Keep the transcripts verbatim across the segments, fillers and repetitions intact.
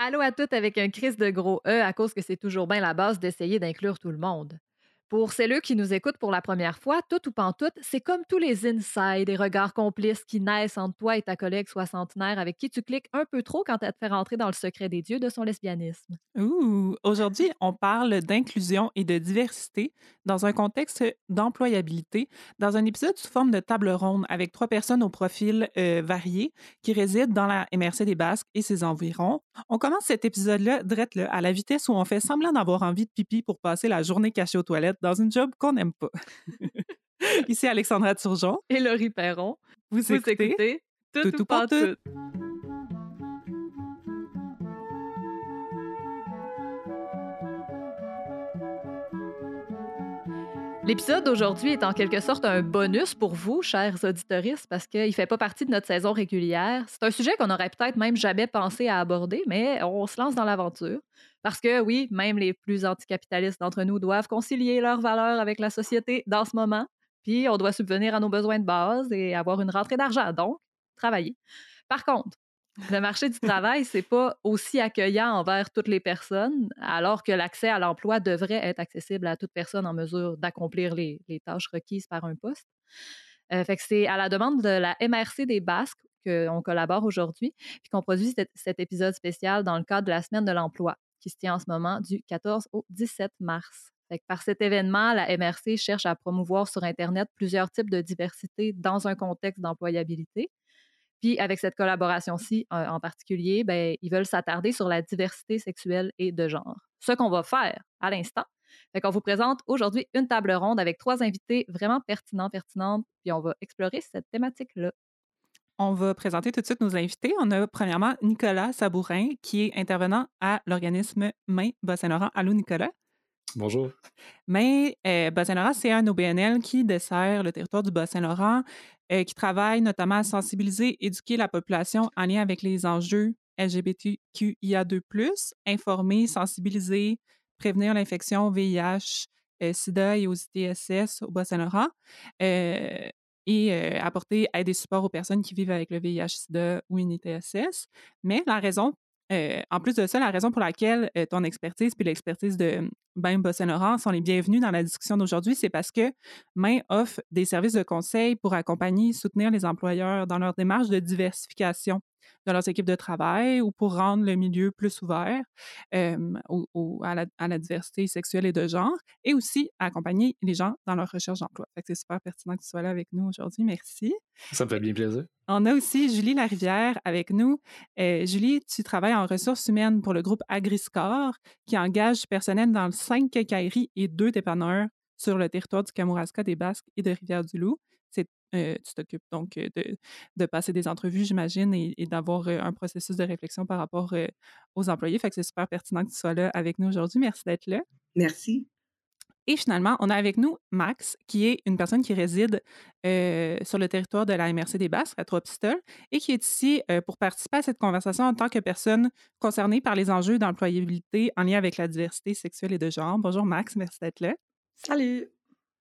Allô à toutes avec un crise de gros E à cause que c'est toujours bien la base d'essayer d'inclure tout le monde. Pour celles qui nous écoutent pour la première fois, tout ou pantoute, c'est comme tous les insides et regards complices qui naissent entre toi et ta collègue soixantenaire avec qui tu cliques un peu trop quand elle te fait rentrer dans le secret des dieux de son lesbianisme. Ouh! Aujourd'hui, on parle d'inclusion et de diversité dans un contexte d'employabilité, dans un épisode sous forme de table ronde avec trois personnes au profil euh, varié qui résident dans la M R C des Basques et ses environs. On commence cet épisode-là drette là, à la vitesse où on fait semblant d'avoir envie de pipi pour passer la journée cachée aux toilettes dans une job qu'on n'aime pas. Ici Alexandra Turgeon, Et Laurie Perron, vous vous écoutez écoutez tout Tout ou ou pas tout. pantoute. L'épisode d'aujourd'hui est en quelque sorte un bonus pour vous, chers auditoristes, parce qu'il ne fait pas partie de notre saison régulière. C'est un sujet qu'on aurait peut-être même jamais pensé à aborder, mais on se lance dans l'aventure. Parce que oui, même les plus anticapitalistes d'entre nous doivent concilier leurs valeurs avec la société dans ce moment. Puis on doit subvenir à nos besoins de base et avoir une rentrée d'argent, donc travailler. Par contre, le marché du travail, c'est pas aussi accueillant envers toutes les personnes, alors que l'accès à l'emploi devrait être accessible à toute personne en mesure d'accomplir les, les tâches requises par un poste. Euh, fait que c'est à la demande de la M R C des Basques qu'on collabore aujourd'hui, puis qu'on produit cet, cet épisode spécial dans le cadre de la Semaine de l'emploi, qui se tient en ce moment du quatorze au dix-sept mars. Fait que par cet événement, la M R C cherche à promouvoir sur Internet plusieurs types de diversité dans un contexte d'employabilité. Puis avec cette collaboration-ci euh, en particulier, ben, ils veulent s'attarder sur la diversité sexuelle et de genre. Ce qu'on va faire à l'instant. Fait qu'on vous présente aujourd'hui une table ronde avec trois invités vraiment pertinents, pertinentes, puis on va explorer cette thématique-là. On va présenter tout de suite nos invités. On a premièrement Nicolas Sabourin, qui est intervenant à l'organisme Main Bas-Saint-Laurent. Allô, Nicolas? Bonjour. Main euh, Bas-Saint-Laurent, c'est un O B N L qui dessert le territoire du Bas-Saint-Laurent, euh, qui travaille notamment à sensibiliser, éduquer la population en lien avec les enjeux L G B T Q I A deux plus, informer, sensibiliser, prévenir l'infection V I H, euh, SIDA et aux I T S S au Bas-Saint-Laurent. Euh, et euh, apporter aide et support aux personnes qui vivent avec le V I H, SIDA ou une I T S S. Mais la raison, euh, en plus de ça, la raison pour laquelle euh, ton expertise puis l'expertise de Main Bas-Saint-Laurent sont les bienvenus dans la discussion d'aujourd'hui, c'est parce que Main offre des services de conseil pour accompagner et soutenir les employeurs dans leur démarche de diversification de leurs équipes de travail ou pour rendre le milieu plus ouvert euh, au, au, à, la, à la diversité sexuelle et de genre, et aussi accompagner les gens dans leur recherche d'emploi. Fait que c'est super pertinent que tu sois là avec nous aujourd'hui. Merci. Ça me fait bien plaisir. On a aussi Julie Larivière avec nous. Euh, Julie, tu travailles en ressources humaines pour le groupe Agriscore, qui engage du personnel dans cinq quincailleries et deux dépanneurs sur le territoire du Kamouraska, des Basques et de Rivière-du-Loup. C'est, euh, tu t'occupes donc euh, de, de passer des entrevues, j'imagine, et, et d'avoir euh, un processus de réflexion par rapport euh, aux employés. Fait que c'est super pertinent que tu sois là avec nous aujourd'hui. Merci d'être là. Merci. Et finalement, on a avec nous Max, qui est une personne qui réside euh, sur le territoire de la M R C des Basques, à Trois-Pistoles, et qui est ici euh, pour participer à cette conversation en tant que personne concernée par les enjeux d'employabilité en lien avec la diversité sexuelle et de genre. Bonjour Max, merci d'être là. Salut.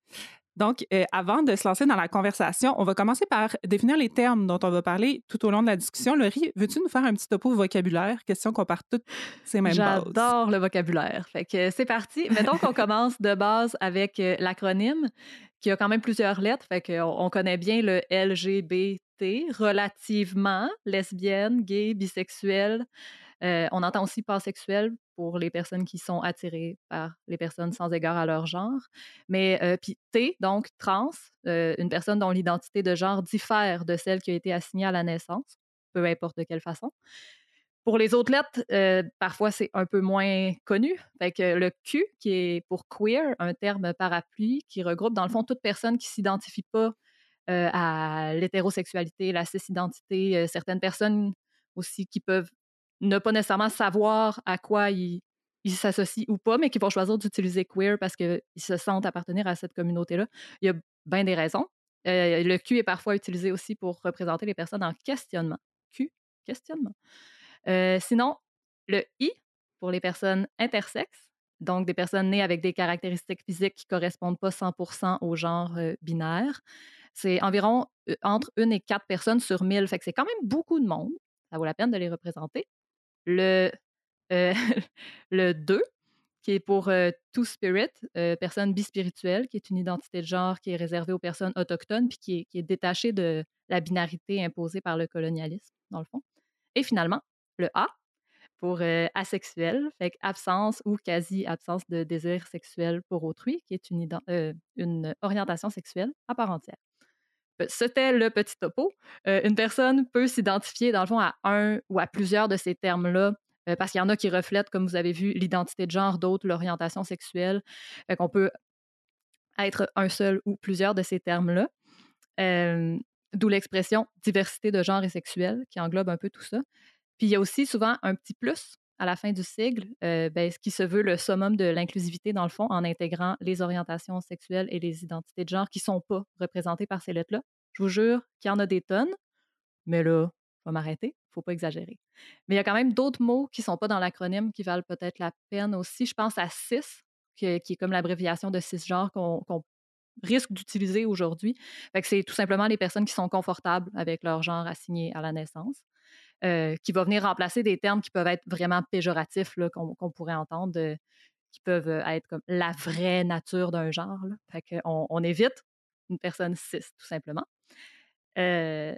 Donc, euh, avant de se lancer dans la conversation, on va commencer par définir les termes dont on va parler tout au long de la discussion. Laurie, veux-tu nous faire un petit topo vocabulaire, question qu'on part toutes ces mêmes bases? J'adore le vocabulaire. Fait que c'est parti. Mettons qu'on commence de base avec euh, l'acronyme qui a quand même plusieurs lettres. Fait qu'on on connaît bien le L G B T, relativement, lesbienne, gay, bisexuel. Euh, on entend aussi pansexuel pour les personnes qui sont attirées par les personnes sans égard à leur genre. Mais euh, puis T, donc trans, euh, une personne dont l'identité de genre diffère de celle qui a été assignée à la naissance, peu importe de quelle façon. Pour les autres lettres, euh, parfois c'est un peu moins connu. Fait que le Q, qui est pour queer, un terme parapluie qui regroupe dans le fond toute personne qui s'identifie pas euh, à l'hétérosexualité, la cisidentité, euh, certaines personnes aussi qui peuvent ne pas nécessairement savoir à quoi ils ils s'associent ou pas, mais qui vont choisir d'utiliser queer parce qu'ils se sentent appartenir à cette communauté-là. Il y a bien des raisons. Euh, le Q est parfois utilisé aussi pour représenter les personnes en questionnement. Q, questionnement. Euh, sinon, le I, pour les personnes intersexes, donc des personnes nées avec des caractéristiques physiques qui ne correspondent pas cent pour cent au genre euh, binaire, c'est environ euh, entre une et quatre personnes sur mille. Fait que c'est quand même beaucoup de monde. Ça vaut la peine de les représenter. Le Euh, le deux, qui est pour euh, Two-Spirit, euh, personne bispirituelle, qui est une identité de genre qui est réservée aux personnes autochtones puis qui est, qui est détachée de la binarité imposée par le colonialisme, dans le fond. Et finalement, le A, pour euh, asexuel, fait que absence ou quasi-absence de désir sexuel pour autrui, qui est une, ident- euh, une orientation sexuelle à part entière. C'était le petit topo. Euh, une personne peut s'identifier, dans le fond, à un ou à plusieurs de ces termes-là, euh, parce qu'il y en a qui reflètent, comme vous avez vu, l'identité de genre, d'autres l'orientation sexuelle. Fait qu'on peut être un seul ou plusieurs de ces termes-là. Euh, D'où l'expression diversité de genre et sexuel, qui englobe un peu tout ça. Puis il y a aussi souvent un petit plus à la fin du sigle, euh, ben, ce qui se veut le summum de l'inclusivité, dans le fond, en intégrant les orientations sexuelles et les identités de genre qui ne sont pas représentées par ces lettres-là. Je vous jure qu'il y en a des tonnes, mais là, je vais m'arrêter, il ne faut pas exagérer. Mais il y a quand même d'autres mots qui ne sont pas dans l'acronyme qui valent peut-être la peine aussi. Je pense à C I S, qui, qui est comme l'abréviation de cisgenre qu'on qu'on risque d'utiliser aujourd'hui. Fait que c'est tout simplement les personnes qui sont confortables avec leur genre assigné à la naissance. Euh, qui va venir remplacer des termes qui peuvent être vraiment péjoratifs, là, qu'on, qu'on pourrait entendre, euh, qui peuvent euh, être comme la vraie nature d'un genre. Là. Fait qu'on on évite une personne cis, tout simplement. Euh,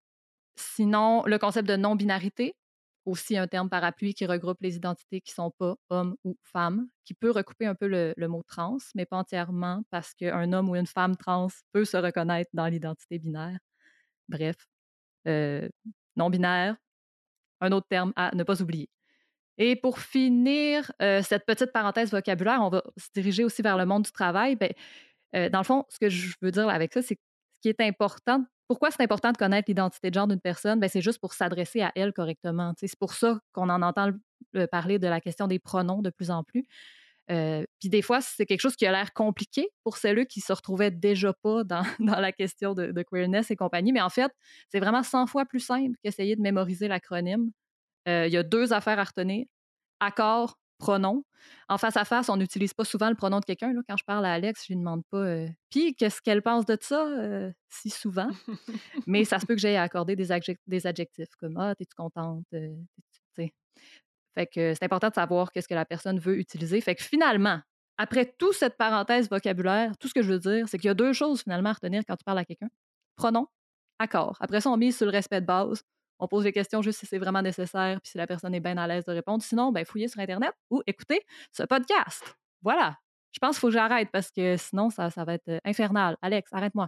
Sinon, le concept de non-binarité, aussi un terme parapluie qui regroupe les identités qui ne sont pas hommes ou femmes, qui peut recouper un peu le, le mot trans, mais pas entièrement, parce qu'un homme ou une femme trans peut se reconnaître dans l'identité binaire. Bref, euh, non-binaire, un autre terme à ne pas oublier. Et pour finir euh, cette petite parenthèse vocabulaire, on va se diriger aussi vers le monde du travail. Ben, euh, dans le fond, ce que je veux dire avec ça, c'est que ce qui est important. Pourquoi c'est important de connaître l'identité de genre d'une personne? Ben, c'est juste pour s'adresser à elle correctement. T'sais, c'est pour ça qu'on en entend le- parler de la question des pronoms de plus en plus. Euh, Puis des fois, c'est quelque chose qui a l'air compliqué pour celles qui se retrouvaient déjà pas dans, dans la question de, de queerness et compagnie. Mais en fait, c'est vraiment cent fois plus simple qu'essayer de mémoriser l'acronyme. Euh, Il y a deux affaires à retenir. Accord, pronom. En face à face, on n'utilise pas souvent le pronom de quelqu'un. Là. Quand je parle à Alex, je lui demande pas euh, puis qu'est-ce qu'elle pense de ça euh, si souvent. Mais ça se peut que j'aie à accorder des, adjec- des adjectifs comme ah, t'es-tu contente? Euh, t'es-tu- fait que c'est important de savoir qu'est-ce que la personne veut utiliser. Fait que finalement, après toute cette parenthèse vocabulaire, tout ce que je veux dire, c'est qu'il y a deux choses finalement à retenir quand tu parles à quelqu'un. Pronom, accord. Après ça, on mise sur le respect de base. On pose les questions juste si c'est vraiment nécessaire, puis si la personne est bien à l'aise de répondre. Sinon, ben, fouillez sur Internet ou écoutez ce podcast. Voilà. Je pense qu'il faut que j'arrête parce que sinon, ça, ça va être euh, infernal. Alex, arrête-moi.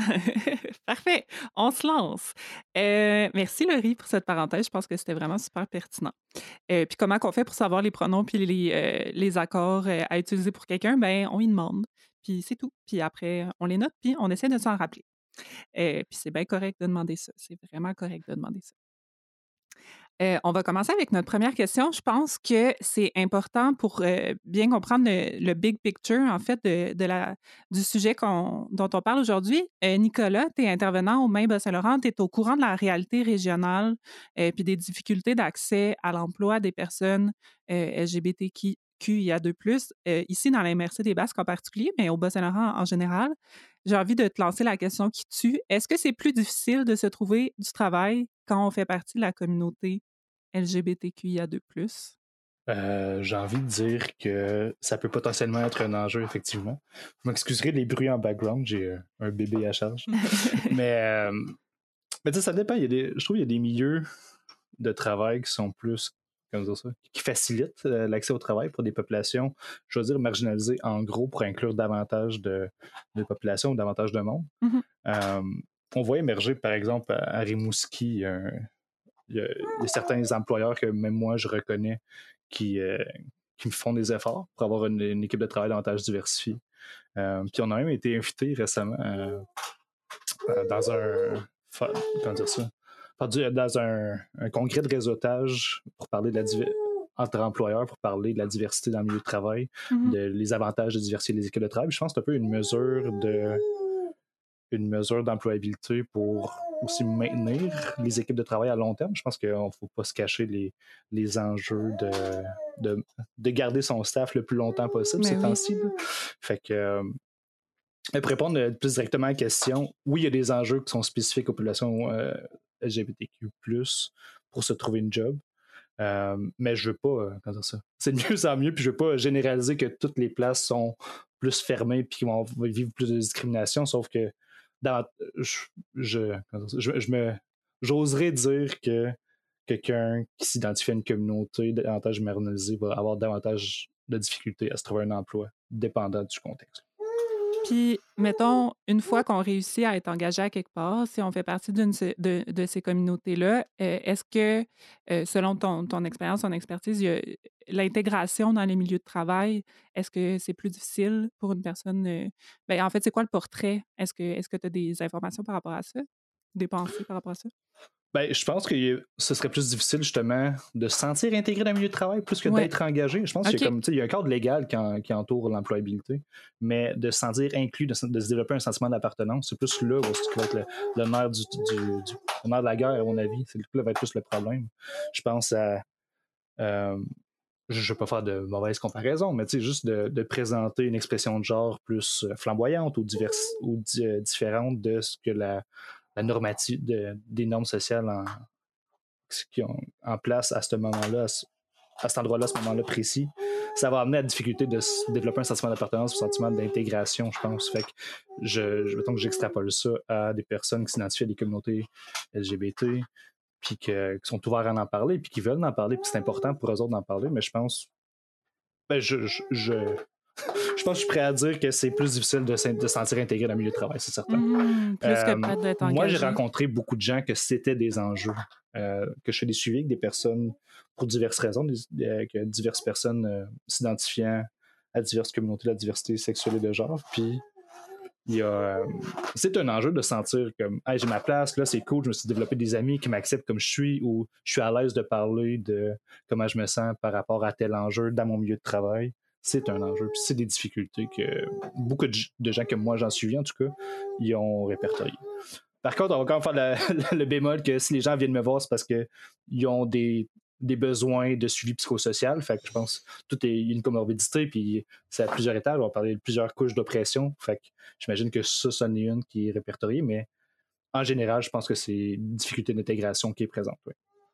Parfait, on se lance. Euh, merci Laurie pour cette parenthèse, je pense que c'était vraiment super pertinent. Euh, puis comment qu'on fait pour savoir les pronoms puis les, euh, les accords euh, à utiliser pour quelqu'un? Ben, on y demande, puis c'est tout. Puis après, on les note, puis on essaie de s'en rappeler. Euh, puis c'est bien correct de demander ça, c'est vraiment correct de demander ça. Euh, on va commencer avec notre première question. Je pense que c'est important pour euh, bien comprendre le, le big picture, en fait, de, de la, du sujet qu'on, dont on parle aujourd'hui. Euh, Nicolas, tu es intervenant au M A I Bas-Saint-Laurent, tu es au courant de la réalité régionale euh, puis des difficultés d'accès à l'emploi des personnes euh, L G B T Q I A deux plus, euh, ici dans la M R C des Basques en particulier, mais au Bas-Saint-Laurent en général. J'ai envie de te lancer la question qui tue. Est-ce que c'est plus difficile de se trouver du travail quand on fait partie de la communauté L G B T Q I A deux plus? Euh, j'ai envie de dire que ça peut potentiellement être un enjeu, effectivement. Vous m'excuserez les bruits en background, j'ai euh, un bébé à charge. mais euh, mais tu sais, ça dépend. Il y a des, je trouve qu'il y a des milieux de travail qui sont plus, comment dire ça, qui facilitent euh, l'accès au travail pour des populations, je veux dire, marginalisées, en gros, pour inclure davantage de, de populations ou davantage de monde. Mhm. Euh, on voit émerger, par exemple, à, à Rimouski, un, il y, a, il y a certains employeurs que même moi je reconnais qui, euh, qui me font des efforts pour avoir une, une équipe de travail davantage diversifiée. Euh, puis on a même été invité récemment euh, dans un comment dire ça dans un, un congrès de réseautage pour parler de la diversité entre employeurs pour parler de la diversité dans le milieu de travail, Mhm. de les avantages de diversifier les équipes de travail. Puis je pense que c'est un peu une mesure de une mesure d'employabilité pour aussi maintenir les équipes de travail à long terme. Je pense qu'il ne faut pas se cacher les, les enjeux de, de, de garder son staff le plus longtemps possible Mais ces oui. temps-ci. Fait que, euh, pour répondre plus directement à la question, oui, il y a des enjeux qui sont spécifiques aux populations euh, L G B T Q plus, pour se trouver une job. Euh, mais je veux pas, euh, comment dire ça? C'est de mieux en mieux, puis je veux pas généraliser que toutes les places sont plus fermées puis qu'ils vont vivre plus de discrimination, sauf que dans, je, je, comment dire ça? je, je me, j'oserais dire que quelqu'un qui s'identifie à une communauté davantage marginalisée va avoir davantage de difficultés à se trouver un emploi, dépendant du contexte. Puis, mettons, une fois qu'on réussit à être engagé à quelque part, si on fait partie d'une se- de, de ces communautés-là, euh, est-ce que, euh, selon ton, ton expérience, ton expertise, il y a l'intégration dans les milieux de travail, est-ce que c'est plus difficile pour une personne? euh, ben, en fait, c'est quoi le portrait? Est-ce que est-ce que tu as des informations par rapport à ça? Des pensées par rapport à ça? Ben, je pense que ce serait plus difficile justement de se sentir intégré dans le milieu de travail plus que Ouais. d'être engagé. Je pense qu'il y a, OK. comme, tu sais, il y a un cadre légal qui, en- qui entoure l'employabilité, mais de se sentir inclus, de, se de se développer un sentiment d'appartenance, c'est plus là où ce qui va être le, le nerf du, du- du- le nerf de la guerre, à mon avis. C'est là que va être plus le problème. Je pense à. euh, je ne vais pas faire de mauvaises comparaisons, mais tu sais, juste de, de présenter une expression de genre plus euh, flamboyante ou, diverse, ou di- euh, différente de ce que la, la normative de- des normes sociales en, qui ont en place à ce moment-là, à, ce, à cet endroit-là, à ce moment-là précis, ça va amener à la difficulté de se développer un sentiment d'appartenance, un sentiment d'intégration, je pense. Fait que je, je mettons que j'extrapole ça à des personnes qui s'identifient à des communautés L G B T, puis que, qui sont ouverts à en parler, puis qui veulent en parler, puis c'est important pour eux autres d'en parler, mais je pense, ben je, je, je, je pense que je suis prêt à dire que c'est plus difficile de se de sentir intégré dans le milieu de travail, c'est certain. Mhm. Plus que Euh, peut-être d'être moi, j'ai engagé. rencontré beaucoup de gens que c'était des enjeux, euh, que je fais des suivis avec des personnes pour diverses raisons, des, avec diverses personnes euh, s'identifiant à diverses communautés de la diversité sexuelle et de genre. Puis, il y a, euh, c'est un enjeu de sentir comme hey, j'ai ma place, là, c'est cool, je me suis développé des amis qui m'acceptent comme je suis ou je suis à l'aise de parler de comment je me sens par rapport à tel enjeu dans mon milieu de travail. C'est un enjeu. Puis c'est des difficultés que beaucoup de, de gens comme moi, j'en suis, en tout cas, ils ont répertorié. Par contre, on va quand même faire le, le bémol que si les gens viennent me voir, c'est parce qu'ils ont des, des besoins de suivi psychosocial. Fait que je pense que tout est une comorbidité, puis c'est à plusieurs étages. On va parler de plusieurs couches d'oppression. Fait que j'imagine que ça, c'en est une qui est répertoriée, mais en général, je pense que c'est une difficulté d'intégration qui est présente. Oui.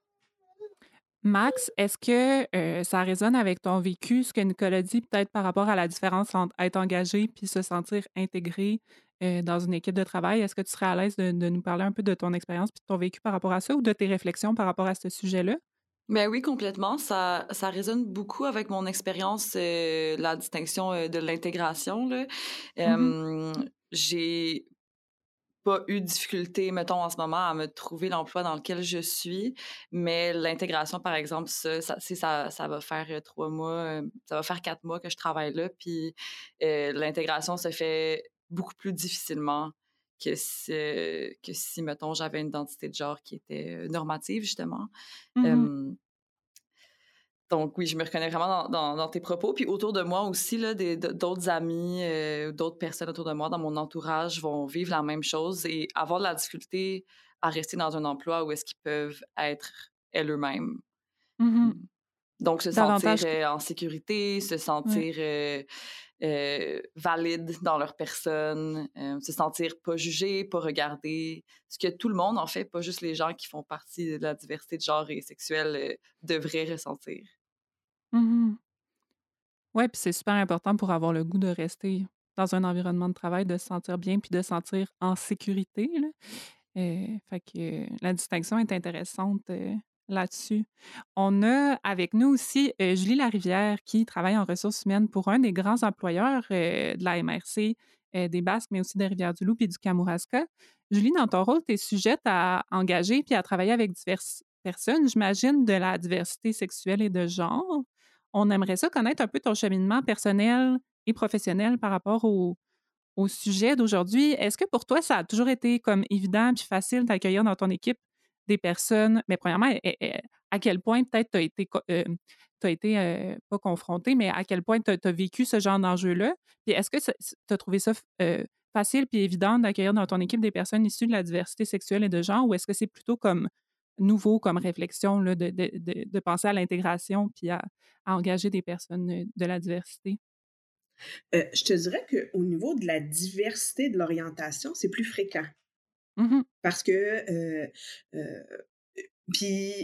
Max, est-ce que euh, ça résonne avec ton vécu, ce que Nicolas dit, peut-être par rapport à la différence entre être engagé puis se sentir intégré euh, dans une équipe de travail? Est-ce que tu serais à l'aise de, de nous parler un peu de ton expérience puis de ton vécu par rapport à ça ou de tes réflexions par rapport à ce sujet-là? Ben oui, complètement. Ça, ça résonne beaucoup avec mon expérience, euh, la distinction euh, de l'intégration, là. Mhm. Euh, j'ai pas eu de difficulté, mettons, en ce moment, à me trouver l'emploi dans lequel je suis. Mais l'intégration, par exemple, ça, ça, c'est- ça, ça va faire euh, trois mois, euh, ça va faire quatre mois que je travaille là. Puis euh, l'intégration se fait beaucoup plus difficilement que si, euh, que si, mettons, j'avais une identité de genre qui était euh, normative, justement. Mhm. Euh, donc oui, je me reconnais vraiment dans, dans, dans tes propos. Puis autour de moi aussi, là, des, d'autres amis, euh, d'autres personnes autour de moi, dans mon entourage, vont vivre la même chose et avoir de la difficulté à rester dans un emploi où est-ce qu'ils peuvent être eux-mêmes. Mhm. Donc se sentir Davantage que... euh, en sécurité, se Ouais. sentir euh, euh, valide dans leur personne, euh, se sentir pas jugé, pas regardé. Ce que tout le monde, en fait, pas juste les gens qui font partie de la diversité de genre et sexuelle, euh, devraient ressentir. Mhm. Ouais, puis c'est super important pour avoir le goût de rester dans un environnement de travail, de se sentir bien puis de se sentir en sécurité, là. Euh, fait que euh, la distinction est intéressante euh, là-dessus. On a avec nous aussi euh, Julie Larivière qui travaille en ressources humaines pour un des grands employeurs euh, de la M R C, euh, des Basques, mais aussi des Rivières-du-Loup et du Kamouraska. Julie, dans ton rôle, tu es sujette à engager puis à travailler avec diverses personnes, j'imagine, de la diversité sexuelle et de genre. On aimerait ça connaître un peu ton cheminement personnel et professionnel par rapport au, au sujet d'aujourd'hui. Est-ce que pour toi, ça a toujours été comme évident puis facile d'accueillir dans ton équipe des personnes? Mais premièrement, eh, eh, à quel point peut-être tu as été, co- euh, t'as été euh, pas confronté, mais à quel point tu as vécu ce genre d'enjeu-là? Puis est-ce que tu as trouvé ça euh, facile puis évident d'accueillir dans ton équipe des personnes issues de la diversité sexuelle et de genre, ou est-ce que c'est plutôt comme nouveau comme réflexion là, de, de, de, de penser à l'intégration puis à, à engager des personnes euh, de la diversité? Euh, je te dirais qu'au niveau de la diversité de l'orientation, c'est plus fréquent. Mhm. Parce que, euh, euh, puis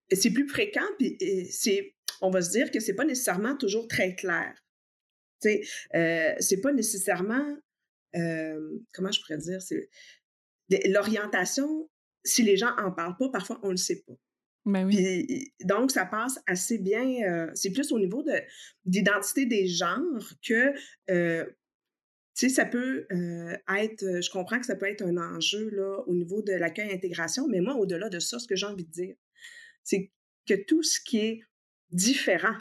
c'est plus fréquent, puis c'est, on va se dire que c'est pas nécessairement toujours très clair. Tu sais, euh, c'est pas nécessairement, euh, comment je pourrais dire, c'est l'orientation, si les gens en parlent pas, parfois on le sait pas. Ben oui. Puis, donc, ça passe assez bien. Euh, c'est plus au niveau de, d'identité des genres que, euh, tu sais, ça peut euh, être, je comprends que ça peut être un enjeu là, au niveau de l'accueil et intégration, mais moi, au-delà de ça, ce que j'ai envie de dire, c'est que tout ce qui est différent,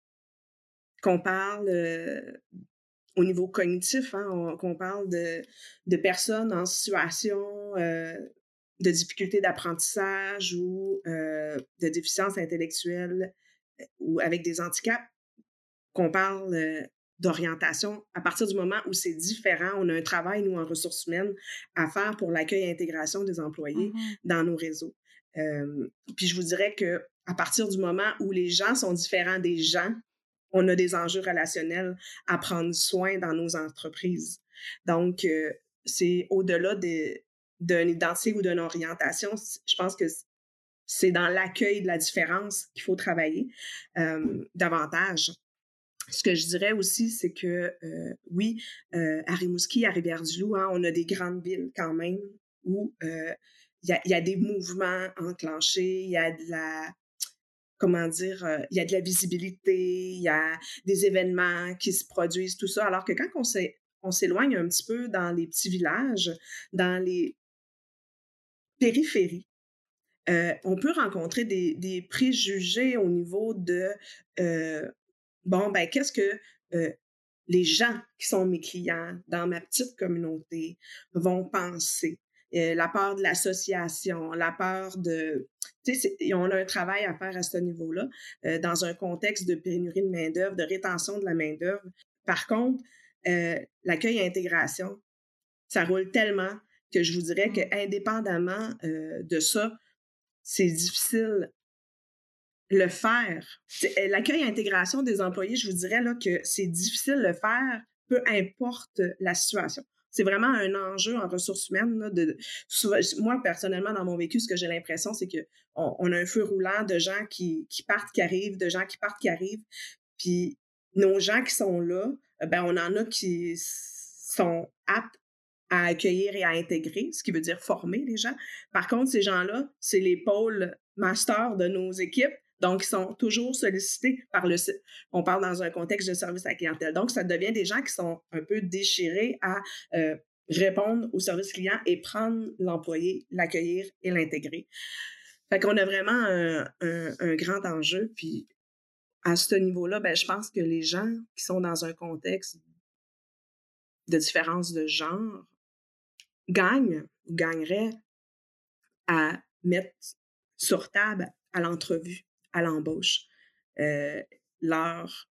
qu'on parle euh, au niveau cognitif, hein, on, qu'on parle de, de personnes en situation euh, de difficultés d'apprentissage ou euh, de déficience intellectuelle euh, ou avec des handicaps, qu'on parle euh, d'orientation, à partir du moment où c'est différent, on a un travail, nous, en ressources humaines, à faire pour l'accueil et intégration des employés Mhm. dans nos réseaux. Euh, puis je vous dirais que à partir du moment où les gens sont différents des gens, on a des enjeux relationnels à prendre soin dans nos entreprises. Donc, euh, c'est au-delà de, d'une identité ou d'une orientation, je pense que c'est dans l'accueil de la différence qu'il faut travailler euh, davantage. Ce que je dirais aussi, c'est que, euh, oui, euh, à Rimouski, à Rivière-du-Loup, hein, on a des grandes villes quand même où euh, il y a, y a des mouvements enclenchés, il y a de la, comment dire, euh, il y a de la visibilité, il y a des événements qui se produisent, tout ça. Alors que quand on, s'est, on s'éloigne un petit peu dans les petits villages, dans les périphéries, euh, on peut rencontrer des, des préjugés au niveau de, euh, bon, ben, qu'est-ce que euh, les gens qui sont mes clients dans ma petite communauté vont penser. Euh, la peur de l'association, la peur de... Tu sais, on a un travail à faire à ce niveau-là, euh, dans un contexte de pénurie de main-d'œuvre, de rétention de la main-d'œuvre. Par contre, euh, l'accueil et intégration, ça roule tellement que je vous dirais Mm. qu'indépendamment euh, de ça, c'est difficile le faire. L'accueil et intégration des employés, je vous dirais là, que c'est difficile de le faire, peu importe la situation. C'est vraiment un enjeu en ressources humaines. Là, de, souvent, moi, personnellement, dans mon vécu, ce que j'ai l'impression, c'est qu'on on a un feu roulant de gens qui, qui partent, qui arrivent, de gens qui partent, qui arrivent. Puis nos gens qui sont là, ben, on en a qui sont aptes à accueillir et à intégrer, ce qui veut dire former les gens. Par contre, ces gens-là, c'est les pôles masters de nos équipes. Donc, ils sont toujours sollicités par le site. On parle dans un contexte de service à la clientèle. Donc, ça devient des gens qui sont un peu déchirés à euh, répondre au service client et prendre l'employé, l'accueillir et l'intégrer. Fait qu'on a vraiment un, un, un grand enjeu. Puis, à ce niveau-là, ben, je pense que les gens qui sont dans un contexte de différence de genre gagnent ou gagneraient à mettre sur table à l'entrevue, à l'embauche, euh, leur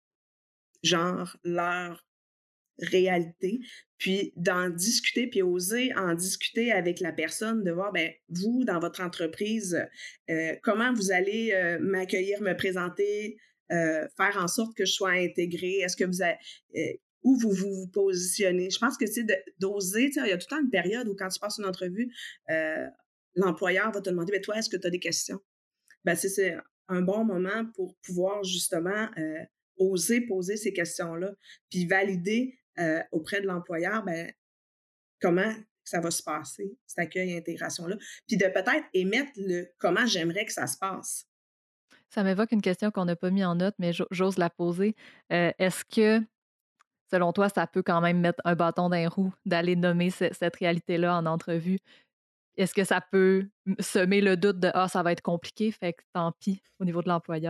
genre, leur réalité, puis d'en discuter, puis oser en discuter avec la personne, de voir, ben vous, dans votre entreprise, euh, comment vous allez euh, m'accueillir, me présenter, euh, faire en sorte que je sois intégrée, est-ce que vous avez... Euh, où vous, vous vous positionnez. Je pense que c'est d'oser, il y a tout le temps une période où quand tu passes une entrevue, euh, l'employeur va te demander, ben toi, est-ce que tu as des questions? Ben c'est, c'est un bon moment pour pouvoir justement euh, oser poser ces questions-là, puis valider euh, auprès de l'employeur, ben comment ça va se passer, cet accueil et intégration-là, puis de peut-être émettre le comment j'aimerais que ça se passe. Ça m'évoque une question qu'on n'a pas mis en note, mais j'ose la poser. Euh, est-ce que, selon toi, ça peut quand même mettre un bâton dans les roues d'aller nommer ce- cette réalité-là en entrevue? Est-ce que ça peut semer le doute de « Ah, ça va être compliqué, fait que tant pis au niveau de l'employeur ».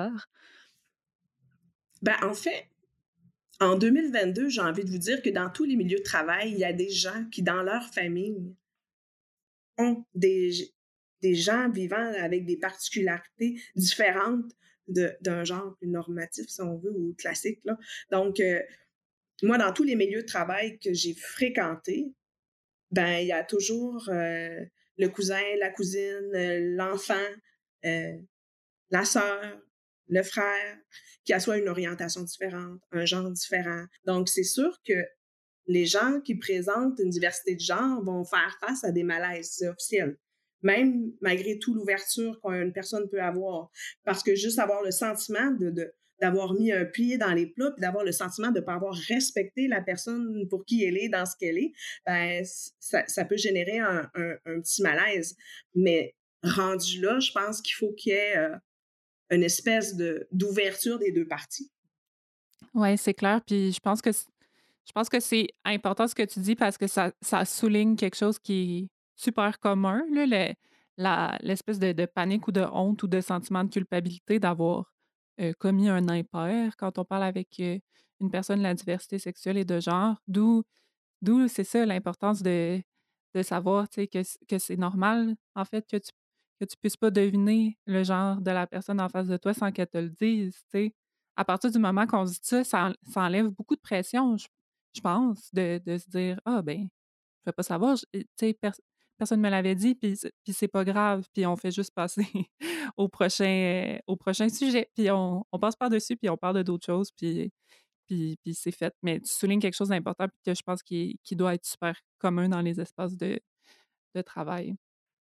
Ben en fait, en deux mille vingt-deux, j'ai envie de vous dire que dans tous les milieux de travail, il y a des gens qui, dans leur famille, ont des, des gens vivant avec des particularités différentes de, d'un genre plus normatif, si on veut, ou classique, là. Donc, euh, moi, dans tous les milieux de travail que j'ai fréquentés, ben il y a toujours euh, le cousin, la cousine, euh, l'enfant, euh, la sœur, le frère, qui a soit une orientation différente, un genre différent. Donc, c'est sûr que les gens qui présentent une diversité de genre vont faire face à des malaises, c'est officiel. même malgré toute l'ouverture qu'une personne peut avoir. Parce que juste avoir le sentiment de, de, d'avoir mis un pied dans les plats, puis d'avoir le sentiment de ne pas avoir respecté la personne pour qui elle est, dans ce qu'elle est, ben, ça, ça peut générer un, un, un petit malaise. Mais rendu là, je pense qu'il faut qu'il y ait euh, une espèce de, d'ouverture des deux parties. Oui, c'est clair. Puis je pense que c- je pense que c'est important ce que tu dis parce que ça, ça souligne quelque chose qui est super commun, là, le- la- l'espèce de, de panique ou de honte ou de sentiment de culpabilité d'avoir euh, commis un impair quand on parle avec euh, une personne de la diversité sexuelle et de genre. D'où D'où c'est ça l'importance de, de savoir tu sais, que, c- que c'est normal, en fait, que tu que tu puisses pas deviner le genre de la personne en face de toi sans qu'elle te le dise. Tu sais. À partir du moment qu'on se dit ça, ça, en- ça enlève beaucoup de pression, je, je pense, de, de se dire ah ben, je vais pas savoir, je- tu sais, pers- personne ne me l'avait dit, puis c'est puis c'est pas grave, puis on fait juste passer au prochain, au prochain sujet, puis on, on passe par-dessus, puis on parle de d'autres choses, puis puis, puis c'est fait. Mais tu soulignes quelque chose d'important puis que je pense qui, est- qui doit être super commun dans les espaces de, de travail.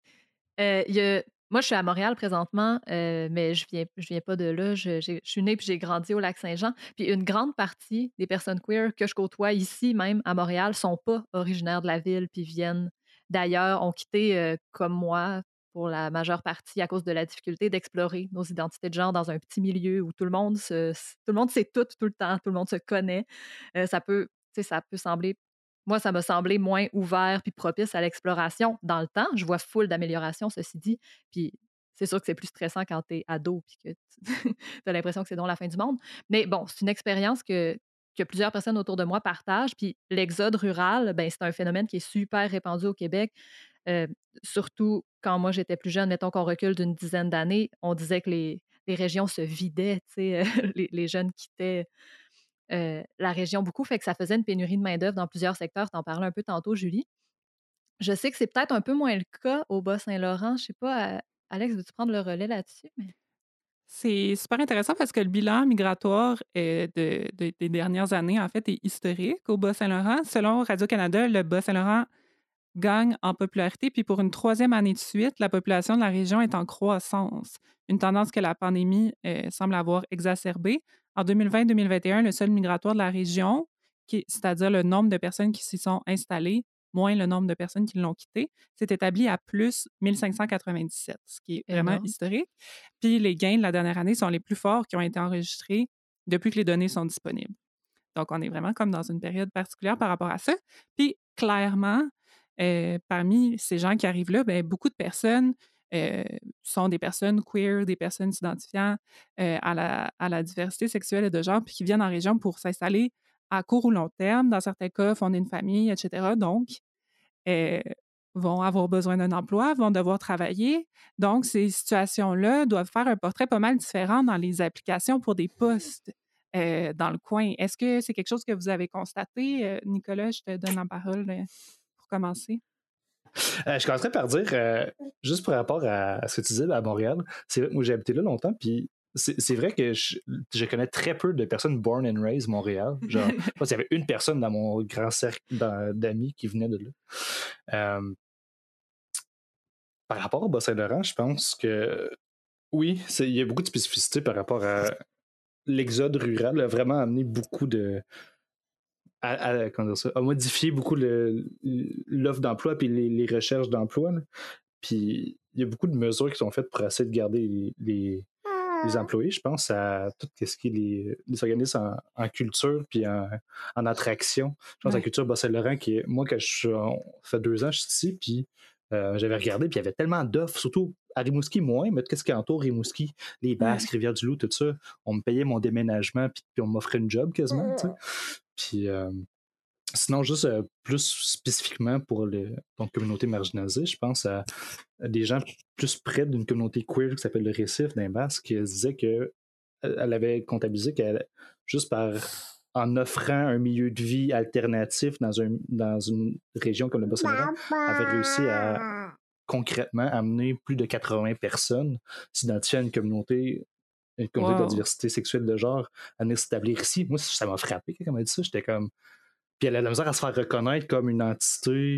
Euh, il y a- Moi, je suis à Montréal présentement, euh, mais je viens, je viens pas de là. Je, j'ai- je suis née puis j'ai grandi au Lac-Saint-Jean. Puis une grande partie des personnes queer que je côtoie ici, même à Montréal, sont pas originaires de la ville puis viennent d'ailleurs, ont quitté euh, comme moi pour la majeure partie à cause de la difficulté d'explorer nos identités de genre dans un petit milieu où tout le monde se, tout le monde sait tout tout le temps, tout le monde se connaît. Euh, ça peut, tu sais, ça peut sembler moi, ça m'a semblé moins ouvert puis propice à l'exploration dans le temps. Je vois full d'améliorations, ceci dit. Puis c'est sûr que c'est plus stressant quand tu es ado puis que tu as l'impression que c'est donc la fin du monde. Mais bon, c'est une expérience que, que plusieurs personnes autour de moi partagent. Puis l'exode rural, ben, c'est un phénomène qui est super répandu au Québec. Euh, Surtout quand moi j'étais plus jeune, mettons qu'on recule d'une dizaine d'années, on disait que les, les régions se vidaient, tu sais, les, les jeunes quittaient euh, la région beaucoup, fait que ça faisait une pénurie de main-d'œuvre dans plusieurs secteurs. Tu en parlais un peu tantôt, Julie. Je sais que c'est peut-être un peu moins le cas au Bas-Saint-Laurent. Je sais pas, euh, Alex, veux-tu prendre le relais là-dessus? Mais... C'est super intéressant parce que le bilan migratoire euh, de- de- des dernières années, en fait, est historique au Bas-Saint-Laurent. Selon Radio-Canada, le Bas-Saint-Laurent gagne en popularité. Puis pour une troisième année de suite, la population de la région est en croissance, une tendance que la pandémie euh, semble avoir exacerbée. En deux mille vingt deux mille vingt et un, le seuil migratoire de la région, qui, c'est-à-dire le nombre de personnes qui s'y sont installées, moins le nombre de personnes qui l'ont quitté, s'est établi à plus mille cinq cent quatre-vingt-dix-sept, ce qui est vraiment Énorme. historique. Puis les gains de la dernière année sont les plus forts qui ont été enregistrés depuis que les données sont disponibles. Donc, on est vraiment comme dans une période particulière par rapport à ça. Puis, clairement, euh, parmi ces gens qui arrivent là, ben, beaucoup de personnes euh, sont des personnes queer, des personnes s'identifiant euh, à, la, à la diversité sexuelle et de genre, puis qui viennent en région pour s'installer à court ou long terme. Dans certains cas, fonder une famille, et cetera. Donc, euh, vont avoir besoin d'un emploi, vont devoir travailler. Donc, ces situations-là doivent faire un portrait pas mal différent dans les applications pour des postes euh, dans le coin. Est-ce que c'est quelque chose que vous avez constaté? Euh, Nicolas, je te donne la parole euh, pour commencer. Euh, je commencerais par dire, euh, juste par rapport à, à ce que tu disais à Montréal, c'est vrai que moi j'ai habité là longtemps, puis c'est, c'est vrai que je, je connais très peu de personnes born and raised Montréal. Genre, je pense qu'il y avait une personne dans mon grand cercle dans- d'amis qui venait de là. Euh, par rapport au Bas-Saint-Laurent, je pense que oui, c'est, il y a beaucoup de spécificités par rapport à l'exode rural, a vraiment amené beaucoup de. À, à- comment dire ça, a modifié beaucoup le, l'offre d'emploi puis les, les recherches d'emploi. Là. Puis il y a beaucoup de mesures qui sont faites pour essayer de garder les, les, les employés. Je pense à tout ce qui est les, les organismes en, en culture puis en, en attraction. Je pense Ouais. à Culture Bas-Saint-Laurent, qui est, moi, que je, on, ça fait deux ans que je suis ici, puis euh, j'avais regardé, puis il y avait tellement d'offres, surtout à Rimouski moins, mais qu'est-ce qui entoure Rimouski, les Basques, Ouais. Rivière-du-Loup, tout ça. On me payait mon déménagement, puis, puis on m'offrait une job quasiment, tu sais. Puis euh, sinon, juste euh, plus spécifiquement pour les, donc, communautés marginalisées, je pense à, à des gens plus près d'une communauté queer qui s'appelle le Récif d'un Basque, qui disait que elle avait comptabilisé qu'elle, juste par en offrant un milieu de vie alternatif dans, un, dans une région comme le Bas-Saint-Laurent, avait réussi à concrètement amener plus de quatre-vingts personnes s'identifier à une communauté, une communauté de la Wow. diversité sexuelle de genre, à venir s'établir ici. Moi, ça m'a frappé quand elle m'a dit ça. J'étais comme. Puis elle a la misère à se faire reconnaître comme une entité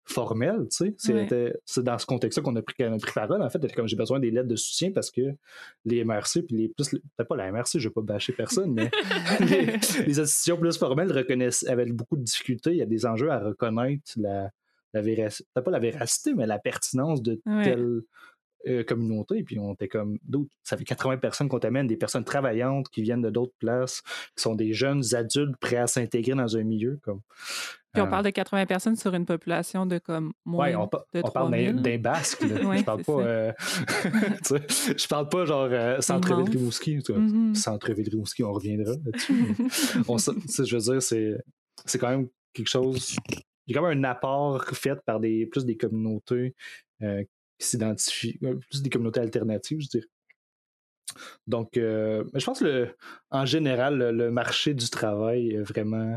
formel, tu sais. C'était, Ouais. c'est dans ce contexte-là qu'on a pris, qu'on a pris parole. En fait, comme j'ai besoin des lettres de soutien parce que les M R C, puis les plus, peut-être pas la M R C, je vais pas bâcher personne, mais les, les institutions plus formelles reconnaissent, avaient beaucoup de difficultés. Il y a des enjeux à reconnaître la, la véracité, peut-être pas la véracité, mais la pertinence de Ouais. telle euh, communauté. Puis on était comme, d'autres, ça fait quatre-vingts personnes qu'on t'amène, des personnes travaillantes qui viennent de d'autres places, qui sont des jeunes adultes prêts à s'intégrer dans un milieu. Comme, Puis on euh, parle de quatre-vingts personnes sur une population de comme moins Ouais, on, pa- de on parle d'un, trois mille. d'un basque. Là. Ouais, je parle c'est pas. ça. Euh, tu sais, je parle pas genre euh, centre-ville Immense. Rimouski. tu vois. Mhm. Centre-ville Rimouski, on reviendra là-dessus. mais on, sa- tu sais, je veux dire, c'est, c'est quand même quelque chose. Il y a quand même un apport fait par des, plus des communautés euh, qui s'identifient, euh, plus des communautés alternatives, je dirais. Donc, euh, je pense que le, en général, le, le marché du travail est vraiment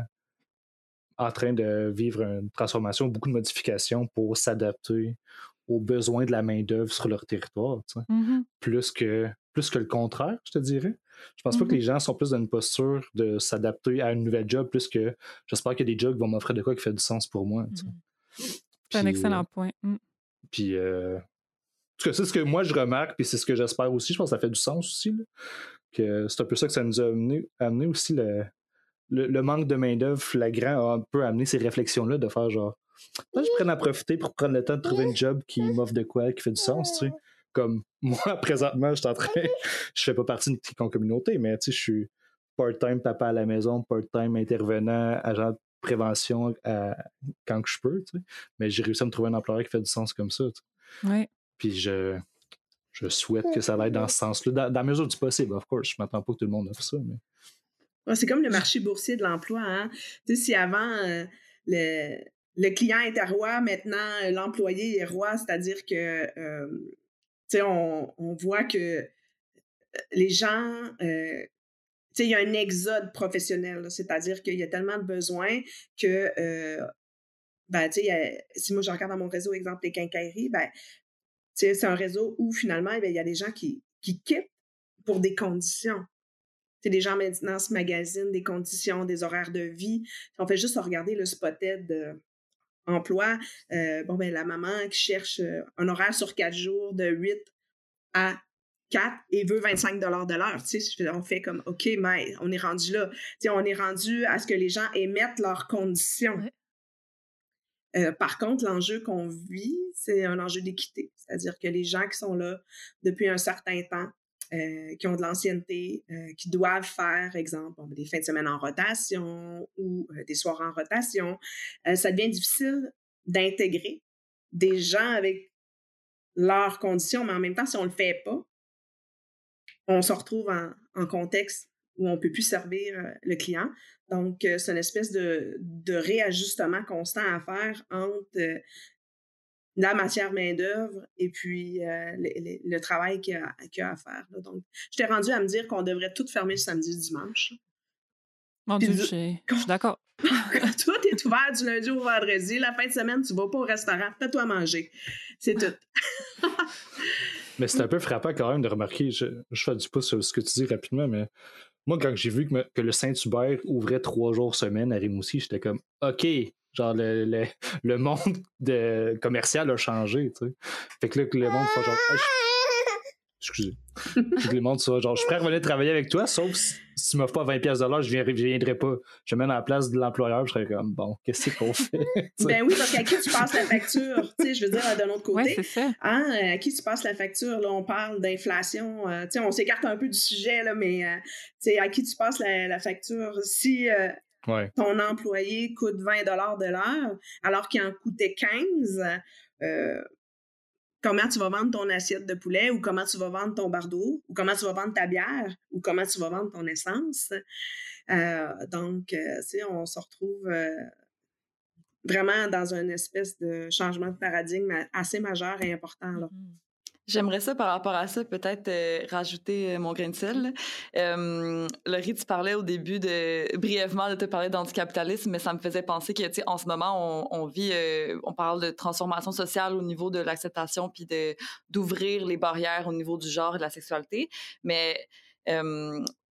en train de vivre une transformation, beaucoup de modifications pour s'adapter aux besoins de la main-d'œuvre sur leur territoire, tu sais. Mhm. plus, que, plus que le contraire, je te dirais. Je pense pas que Mhm. les gens sont plus dans une posture de s'adapter à une nouvelle job, plus que j'espère qu'il y a des jobs qui vont m'offrir de quoi qui fait du sens pour moi. Tu sais. Mhm. C'est un Puis, excellent euh, point. Mm. puis euh, en tout cas, c'est ce que moi je remarque, puis c'est ce que j'espère aussi. Je pense que ça fait du sens aussi. Là, que c'est un peu ça que ça nous a amené, amené aussi le, le, le manque de main-d'œuvre flagrant a un peu amené ces réflexions-là de faire genre, peut-être que je pourrais en profiter pour prendre le temps de trouver une job qui m'offre de quoi, qui fait du sens, tu sais. Comme moi, présentement, je suis en train, je fais pas partie d'une petite communauté, mais tu sais, je suis part-time papa à la maison, part-time intervenant, agent de prévention à- quand que je peux, tu sais. Mais j'ai réussi à me trouver un employeur qui fait du sens comme ça, tu sais. Ouais. Puis je, je souhaite que ça aille dans ce sens-là, dans, dans la mesure du possible, of course. Je m'attends pas que tout le monde offre ça, mais... Ouais, c'est comme le marché boursier de l'emploi. Hein? Tu sais, si avant, euh, le, le client était roi, maintenant, euh, l'employé est roi, c'est-à-dire que, euh, tu sais, on, on voit que les gens, euh, tu sais, il y a un exode professionnel, là, c'est-à-dire qu'il y a tellement de besoins que, euh, ben, tu sais, si moi je regarde dans mon réseau, exemple, les quincailleries, ben, tu sais, c'est un réseau où finalement, eh bien, il y a des gens qui, qui quittent pour des conditions. Tu sais, les gens maintenant se magasinent des conditions, des horaires de vie. On fait juste regarder le spotted euh, emploi. Euh, bon, ben, la maman qui cherche euh, un horaire sur quatre jours de huit à quatre et veut vingt-cinq dollars de l'heure. Tu sais, on fait comme, OK, mais on est rendu là. Tu sais, on est rendu à ce que les gens émettent leurs conditions. Ouais. Euh, par contre, l'enjeu qu'on vit, c'est un enjeu d'équité. C'est-à-dire que les gens qui sont là depuis un certain temps, euh, qui ont de l'ancienneté, euh, qui doivent faire, exemple, bon, des fins de semaine en rotation ou euh, des soirs en rotation, euh, ça devient difficile d'intégrer des gens avec leurs conditions, mais en même temps, si on ne le fait pas, on se retrouve en, en contexte où on ne peut plus servir euh, le client. Donc, euh, c'est une espèce de, de réajustement constant à faire entre euh, la matière main-d'œuvre et puis euh, le, le, le travail qu'il y a, qu'il y a à faire. Là. Donc, je t'ai rendu à me dire qu'on devrait tout fermer le samedi et le dimanche. Mon Puis Dieu, du- j'ai- je suis d'accord. Toi, tu es ouvert du lundi au vendredi. La fin de semaine, tu vas pas au restaurant. Fais-toi manger. C'est tout. Mais c'est un peu frappant quand même de remarquer, je, je fais du pouce sur ce que tu dis rapidement, mais moi, quand j'ai vu que, me- que le Saint-Hubert ouvrait trois jours semaine à Rimouski, j'étais comme, OK, genre le, le, le monde de, commercial a changé, tu sais. Fait que là, que le monde fait genre, hey, je- excusez. Puis que le monde soit genre, je suis prêt à revenir travailler avec toi, sauf si, si tu m'offres pas vingt pièces de l'heure, je viendrai, je viendrai pas. Je me mets dans la place de l'employeur, je serais comme, bon, qu'est-ce qu'on fait? Tu sais. Ben oui, parce qu'à qui tu passes la facture? Tu sais, je veux dire, d'un autre côté. Ouais, c'est ça. Hein, euh, à qui tu passes la facture? Là, on parle d'inflation. Euh, tu sais, on s'écarte un peu du sujet, là, mais euh, tu sais, à qui tu passes la, la facture? Si euh, Ouais. ton employé coûte vingt dollars de l'heure, alors qu'il en coûtait quinze, euh, comment tu vas vendre ton assiette de poulet ou comment tu vas vendre ton bardeau ou comment tu vas vendre ta bière ou comment tu vas vendre ton essence? Euh, donc, euh, tu sais, on se retrouve euh, vraiment dans une espèce de changement de paradigme assez majeur et important, là. Mhm. J'aimerais ça, par rapport à ça, peut-être euh, rajouter euh, mon grain de sel. Euh, Laurie, tu parlais au début de brièvement de te parler d'anticapitalisme, mais ça me faisait penser que, tu sais, en ce moment, on, on vit, euh, on parle de transformation sociale au niveau de l'acceptation puis de d'ouvrir les barrières au niveau du genre et de la sexualité, mais euh,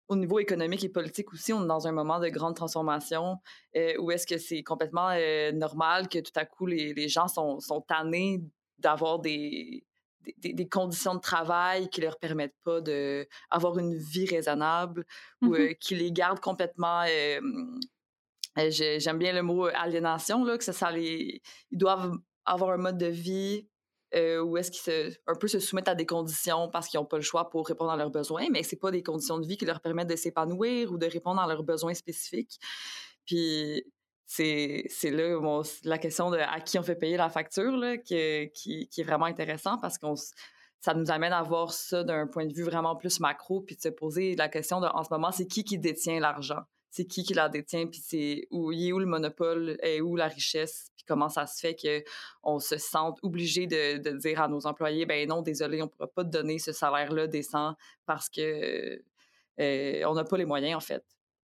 au niveau économique et politique aussi, on est dans un moment de grande transformation euh, où est-ce que c'est complètement euh, normal que tout à coup, les, les gens sont, sont tannés d'avoir des, des, des conditions de travail qui leur permettent pas d'avoir une vie raisonnable ou Mhm. euh, qui les gardent complètement... Euh, euh, j'ai- j'aime bien le mot aliénation, là, que ça, ça les... Ils doivent avoir un mode de vie euh, où est-ce qu'ils se, un peu se soumettent à des conditions parce qu'ils n'ont pas le choix pour répondre à leurs besoins, mais c'est pas des conditions de vie qui leur permettent de s'épanouir ou de répondre à leurs besoins spécifiques. Puis c'est, c'est là bon, c'est la question de à qui on fait payer la facture là, qui, qui, qui est vraiment intéressant parce qu'on s- ça nous amène à voir ça d'un point de vue vraiment plus macro puis de se poser la question de en ce moment, c'est qui qui détient l'argent? C'est qui qui la détient, puis c'est où, il est où le monopole, et où la richesse, puis comment ça se fait qu'on se sente obligé de, de dire à nos employés, ben non, désolé, on ne pourra pas te donner ce salaire-là décent parce que euh, on n'a pas les moyens, en fait.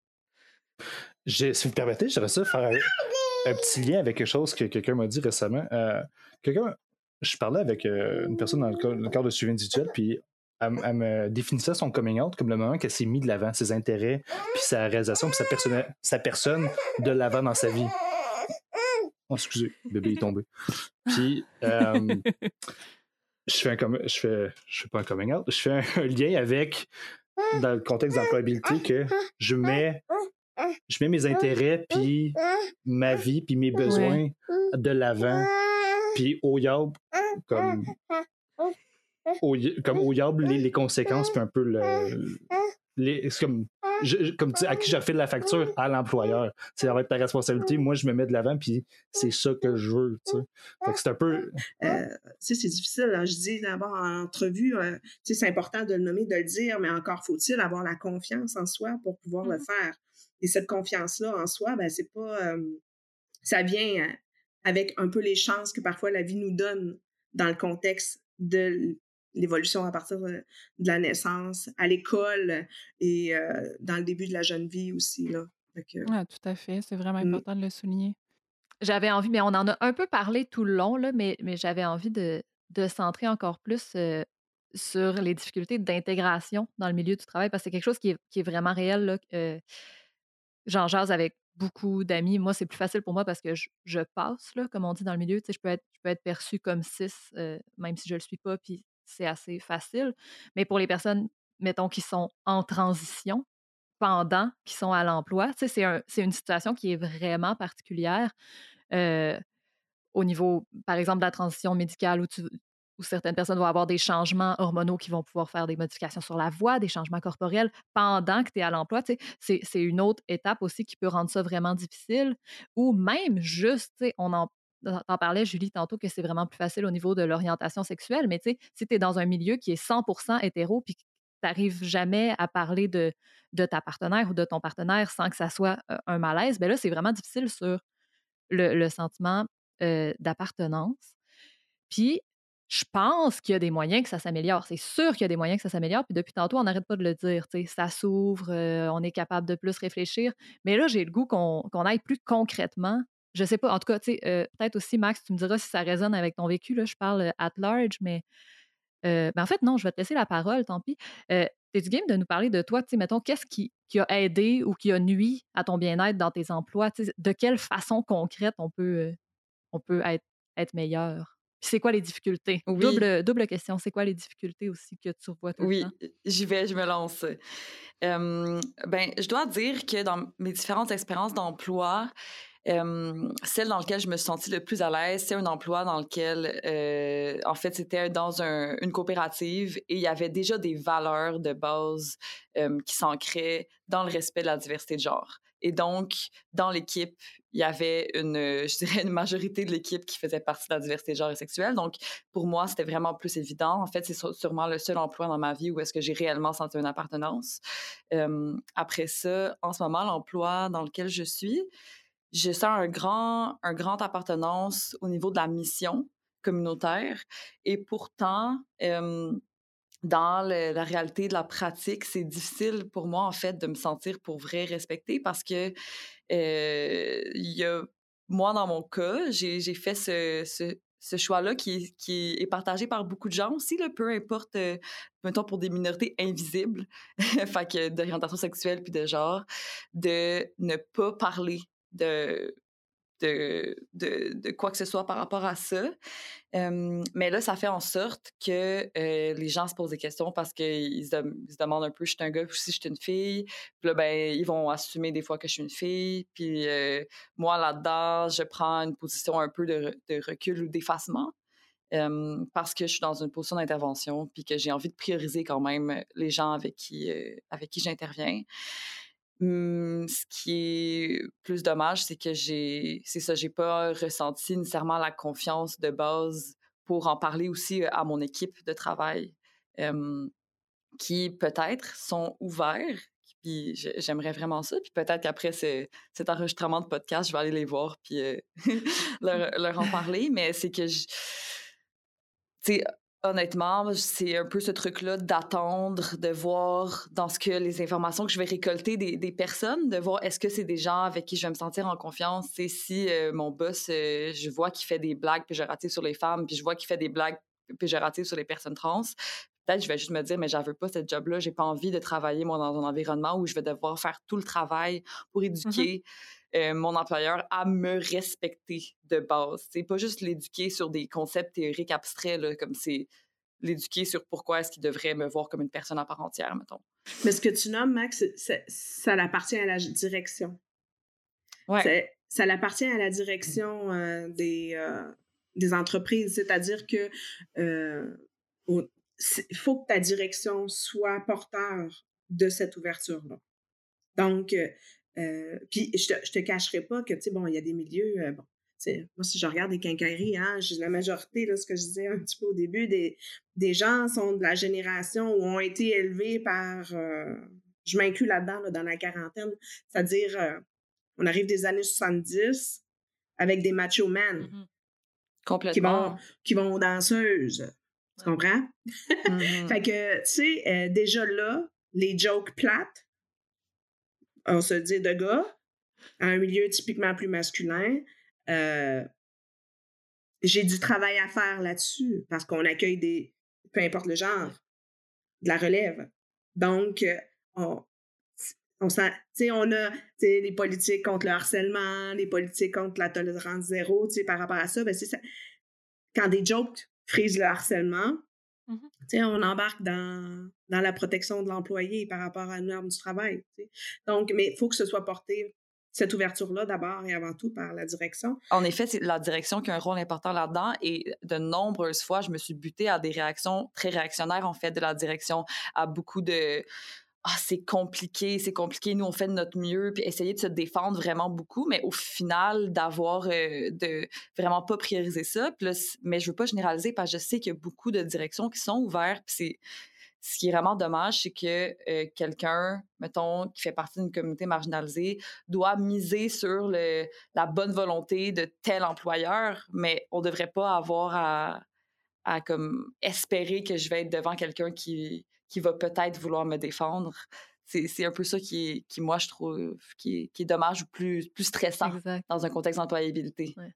J'ai, si vous me permettez, j'aimerais ça faire un, un petit lien avec quelque chose que quelqu'un m'a dit récemment. Euh, quelqu'un, je parlais avec euh, une personne dans le, cadre- le cadre de suivi individuel, puis elle, elle me définissait son coming out comme le moment qu'elle s'est mis de l'avant, ses intérêts, puis sa réalisation, puis sa, personne, sa personne de l'avant dans sa vie. Oh, excusez, le bébé est tombé. Puis, euh, je fais un com- je fais, je fais pas un coming out, je fais un, un lien avec, dans le contexte d'employabilité, que je mets, je mets mes intérêts, puis ma vie, puis mes besoins Ouais. de l'avant, puis au yab, comme au, comme au yab, les, les conséquences, puis un peu le, les, c'est comme, je, je- comme tu sais, à qui je fais de la facture? À l'employeur. C'est ça va être ta responsabilité. Moi, je me mets de l'avant, puis c'est ça que je veux. Tu sais. Fait que c'est un peu. Euh, tu sais, c'est difficile. Hein. Je dis d'abord en entrevue, euh, tu sais, c'est important de le nommer, de le dire, mais encore faut-il avoir la confiance en soi pour pouvoir le faire. Et cette confiance-là en soi, ben, c'est pas. Euh, ça vient euh, avec un peu les chances que parfois la vie nous donne dans le contexte de l'évolution à partir de, de la naissance, à l'école et euh, dans le début de la jeune vie aussi. Là. Fait que, Ah, tout à fait. C'est vraiment mm, important de le souligner. J'avais envie, mais on en a un peu parlé tout le long, là, mais, mais j'avais envie de, de centrer encore plus euh, sur les difficultés d'intégration dans le milieu du travail, parce que c'est quelque chose qui est, qui est vraiment réel. Là, euh, j'en jase avec beaucoup d'amis. Moi, c'est plus facile pour moi parce que je, je passe, là, comme on dit dans le milieu. Tu sais, je peux être, je peux être perçue comme cis, euh, même si je le suis pas, puis c'est assez facile. Mais pour les personnes, mettons, qui sont en transition, pendant qu'ils sont à l'emploi, tu sais, c'est un, c'est une situation qui est vraiment particulière. Euh, Au niveau, par exemple, de la transition médicale où, tu, où certaines personnes vont avoir des changements hormonaux qui vont pouvoir faire des modifications sur la voix, des changements corporels pendant que tu es à l'emploi. Tu sais, c'est, c'est une autre étape aussi qui peut rendre ça vraiment difficile. Ou même juste, tu sais, on en T'en parlais, Julie, tantôt, que c'est vraiment plus facile au niveau de l'orientation sexuelle, mais tu sais, si tu es dans un milieu qui est cent pour cent hétéro, puis que tu n'arrives jamais à parler de, de ta partenaire ou de ton partenaire sans que ça soit euh, un malaise, bien là, c'est vraiment difficile sur le, le sentiment euh, d'appartenance. Puis, je pense qu'il y a des moyens que ça s'améliore. C'est sûr qu'il y a des moyens que ça s'améliore. Puis depuis tantôt, on n'arrête pas de le dire. Tu sais, ça s'ouvre, euh, on est capable de plus réfléchir. Mais là, j'ai le goût qu'on qu'on aille plus concrètement. Je sais pas. En tout cas, tu sais, euh, peut-être aussi, Max, tu me diras si ça résonne avec ton vécu. Là, je parle euh, at large, mais euh, ben, en fait, non, je vais te laisser la parole, tant pis. Euh, T'es du game de nous parler de toi, tu sais, mettons, qu'est-ce qui, qui a aidé ou qui a nui à ton bien-être dans tes emplois? Tu sais, de quelle façon concrète on peut, euh, on peut être, être meilleur? Puis c'est quoi les difficultés? Oui, Double, double question, c'est quoi les difficultés aussi que tu revois tout le temps? oui, j'y vais, je me lance. Euh, ben, je dois dire que dans mes différentes expériences d'emploi, euh, celle dans laquelle je me suis sentie le plus à l'aise, c'est un emploi dans lequel, euh, en fait, c'était dans un, une coopérative et il y avait déjà des valeurs de base euh, qui s'ancraient dans le respect de la diversité de genre. Et donc, dans l'équipe, il y avait une, je dirais, une majorité de l'équipe qui faisait partie de la diversité de genre et sexuelle. Donc, pour moi, c'était vraiment plus évident. En fait, c'est sûrement le seul emploi dans ma vie où est-ce que j'ai réellement senti une appartenance. Euh, après ça, en ce moment, l'emploi dans lequel je suis, je sens un grand, un grand appartenance au niveau de la mission communautaire. Et pourtant, euh, dans le, la réalité de la pratique, c'est difficile pour moi, en fait, de me sentir pour vrai respectée parce que euh, il y a, moi, dans mon cas, j'ai, j'ai fait ce, ce, ce choix-là qui, qui est partagé par beaucoup de gens aussi, là, peu importe, euh, mettons, pour des minorités invisibles, fait que d'orientation sexuelle puis de genre, de ne pas parler de, de, de, de quoi que ce soit par rapport à ça. Euh, mais là, ça fait en sorte que euh, les gens se posent des questions parce qu'ils se, dem- ils se demandent un peu, je suis un gars ou si je suis une fille. Puis là, ben, ils vont assumer des fois que je suis une fille. Puis euh, moi, là-dedans, je prends une position un peu de, de recul ou d'effacement euh, parce que je suis dans une position d'intervention puis que j'ai envie de prioriser quand même les gens avec qui, euh, avec qui j'interviens. Hum, ce qui est plus dommage, c'est que j'ai, c'est ça, j'ai pas ressenti nécessairement la confiance de base pour en parler aussi euh, à mon équipe de travail, euh, qui peut-être sont ouverts. Puis j'ai- j'aimerais vraiment ça. Puis peut-être qu'après ce- cet enregistrement de podcast, je vais aller les voir puis euh, leur, leur en parler. Mais c'est que je, tu sais, honnêtement, c'est un peu ce truc-là d'attendre, de voir dans ce que les informations que je vais récolter des, des personnes, de voir est-ce que c'est des gens avec qui je vais me sentir en confiance. C'est si euh, mon boss, euh, je vois qu'il fait des blagues péjoratives sur les femmes, puis je vois qu'il fait des blagues péjoratives sur les personnes trans. Peut-être je vais juste me dire, mais j'en veux pas cette job-là, j'ai pas envie de travailler, moi, dans un environnement où je vais devoir faire tout le travail pour éduquer euh, mon employeur à me respecter de base. C'est pas juste l'éduquer sur des concepts théoriques abstraits, là, comme c'est l'éduquer sur pourquoi est-ce qu'il devrait me voir comme une personne à part entière, mettons. Mais ce que tu nommes, Max, ça, ça appartient à la direction. Ouais. C'est- Ça appartient à la direction euh, des, euh, des entreprises, c'est-à-dire que euh, au- c'est- il faut que ta direction soit porteur de cette ouverture-là. Donc, euh, euh, puis je te, je te cacherai pas que, tu sais, bon, il y a des milieux, euh, bon, tu sais, moi, si je regarde les quincailleries, hein, j'ai la majorité, là, ce que je disais un petit peu au début, des, des gens sont de la génération où ont été élevés par, euh, je m'inclus là-dedans, là, dans la quarantaine, c'est-à-dire, euh, on arrive des années soixante-dix avec des macho men Mhm. qui Complètement. vont, qui vont aux danseuses. Tu Ouais. comprends? Mhm. Fait que, tu sais, euh, déjà là, les jokes plates, on se dit de gars, à un milieu typiquement plus masculin, euh, j'ai du travail à faire là-dessus parce qu'on accueille des, peu importe le genre, de la relève. Donc, euh, on, on, sent, tu sais, on a tu sais, les politiques contre le harcèlement, les politiques contre la tolérance zéro, tu sais, par rapport à ça, ben c'est ça. Quand des jokes frisent le harcèlement, Mhm. tu sais, on embarque dans, dans la protection de l'employé par rapport à la norme du travail. Tu sais. Donc, mais il faut que ce soit porté, cette ouverture-là, d'abord et avant tout, par la direction. En effet, c'est la direction qui a un rôle important là-dedans et de nombreuses fois, je me suis butée à des réactions très réactionnaires, en fait, de la direction, à beaucoup de « Ah, c'est compliqué, c'est compliqué, nous, on fait de notre mieux », puis essayer de se défendre vraiment beaucoup, mais au final, d'avoir, euh, de vraiment pas prioriser ça. Puis là, c- mais je veux pas généraliser parce que je sais qu'il y a beaucoup de directions qui sont ouvertes, puis c'est ce qui est vraiment dommage, c'est que euh, quelqu'un, mettons, qui fait partie d'une communauté marginalisée, doit miser sur le, la bonne volonté de tel employeur, mais on ne devrait pas avoir à, à comme, espérer que je vais être devant quelqu'un qui, qui va peut-être vouloir me défendre. C'est, c'est un peu ça qui, est, qui moi, je trouve, qui est, qui est dommage ou plus, plus stressant Exact. dans un contexte d'employabilité. Ouais.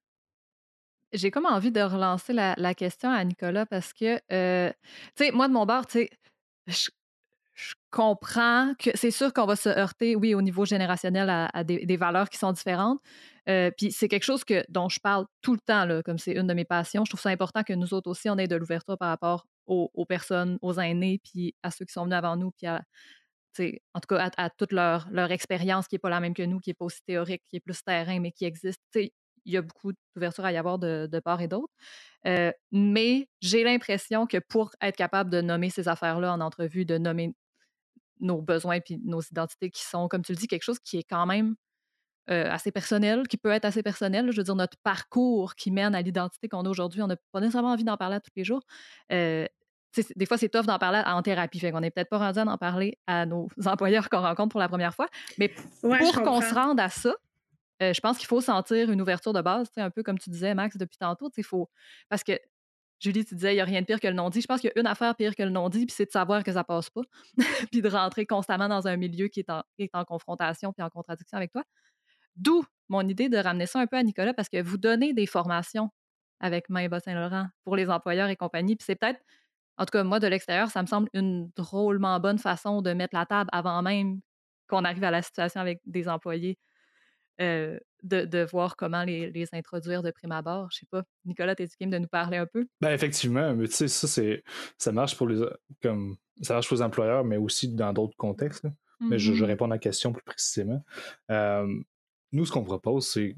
J'ai comme envie de relancer la, la question à Nicolas parce que, euh, tu sais, moi, de mon bord, tu sais, je, je comprends que c'est sûr qu'on va se heurter, oui, au niveau générationnel, à, à des, des valeurs qui sont différentes. Euh, Puis c'est quelque chose que, dont je parle tout le temps, là, comme c'est une de mes passions. Je trouve ça important que nous autres aussi, on ait de l'ouverture par rapport aux, aux personnes, aux aînés, puis à ceux qui sont venus avant nous, puis à, tu sais, en tout cas, à, à toute leur, leur expérience qui n'est pas la même que nous, qui n'est pas aussi théorique, qui est plus terrain, mais qui existe. Tu sais, il y a beaucoup d'ouverture à y avoir de, de part et d'autre. Euh, mais j'ai l'impression que pour être capable de nommer ces affaires-là en entrevue, de nommer nos besoins puis nos identités qui sont, comme tu le dis, quelque chose qui est quand même euh, assez personnel, qui peut être assez personnel. Je veux dire, notre parcours qui mène à l'identité qu'on a aujourd'hui, on n'a pas nécessairement envie d'en parler à tous les jours. Euh, tu sais, des fois, c'est tough d'en parler en thérapie. Fait qu'on n'est peut-être pas rendu à en parler à nos employeurs qu'on rencontre pour la première fois. Mais Ouais, je pour qu'on comprends. se rende à ça, euh, je pense qu'il faut sentir une ouverture de base, tu sais, un peu comme tu disais, Max, depuis tantôt. Tu sais, faut... Parce que Julie, tu disais, il n'y a rien de pire que le non-dit. Je pense qu'il y a une affaire pire que le non-dit, puis c'est de savoir que ça passe pas, puis de rentrer constamment dans un milieu qui est en, qui est en confrontation puis en contradiction avec toi. D'où mon idée de ramener ça un peu à Nicolas, parce que vous donnez des formations avec Main Bas-Saint-Laurent pour les employeurs et compagnie. Puis c'est peut-être, en tout cas, moi, de l'extérieur, ça me semble une drôlement bonne façon de mettre la table avant même qu'on arrive à la situation avec des employés, euh, de, de voir comment les, les introduire de prime abord. Je sais pas. Nicolas, t'es-tu game de nous parler un peu? Ben effectivement, mais tu sais, ça, c'est ça marche pour les comme ça marche pour les employeurs, mais aussi dans d'autres contextes. Là. Mm-hmm. Mais je, je réponds à la question plus précisément. Euh, nous, ce qu'on propose, c'est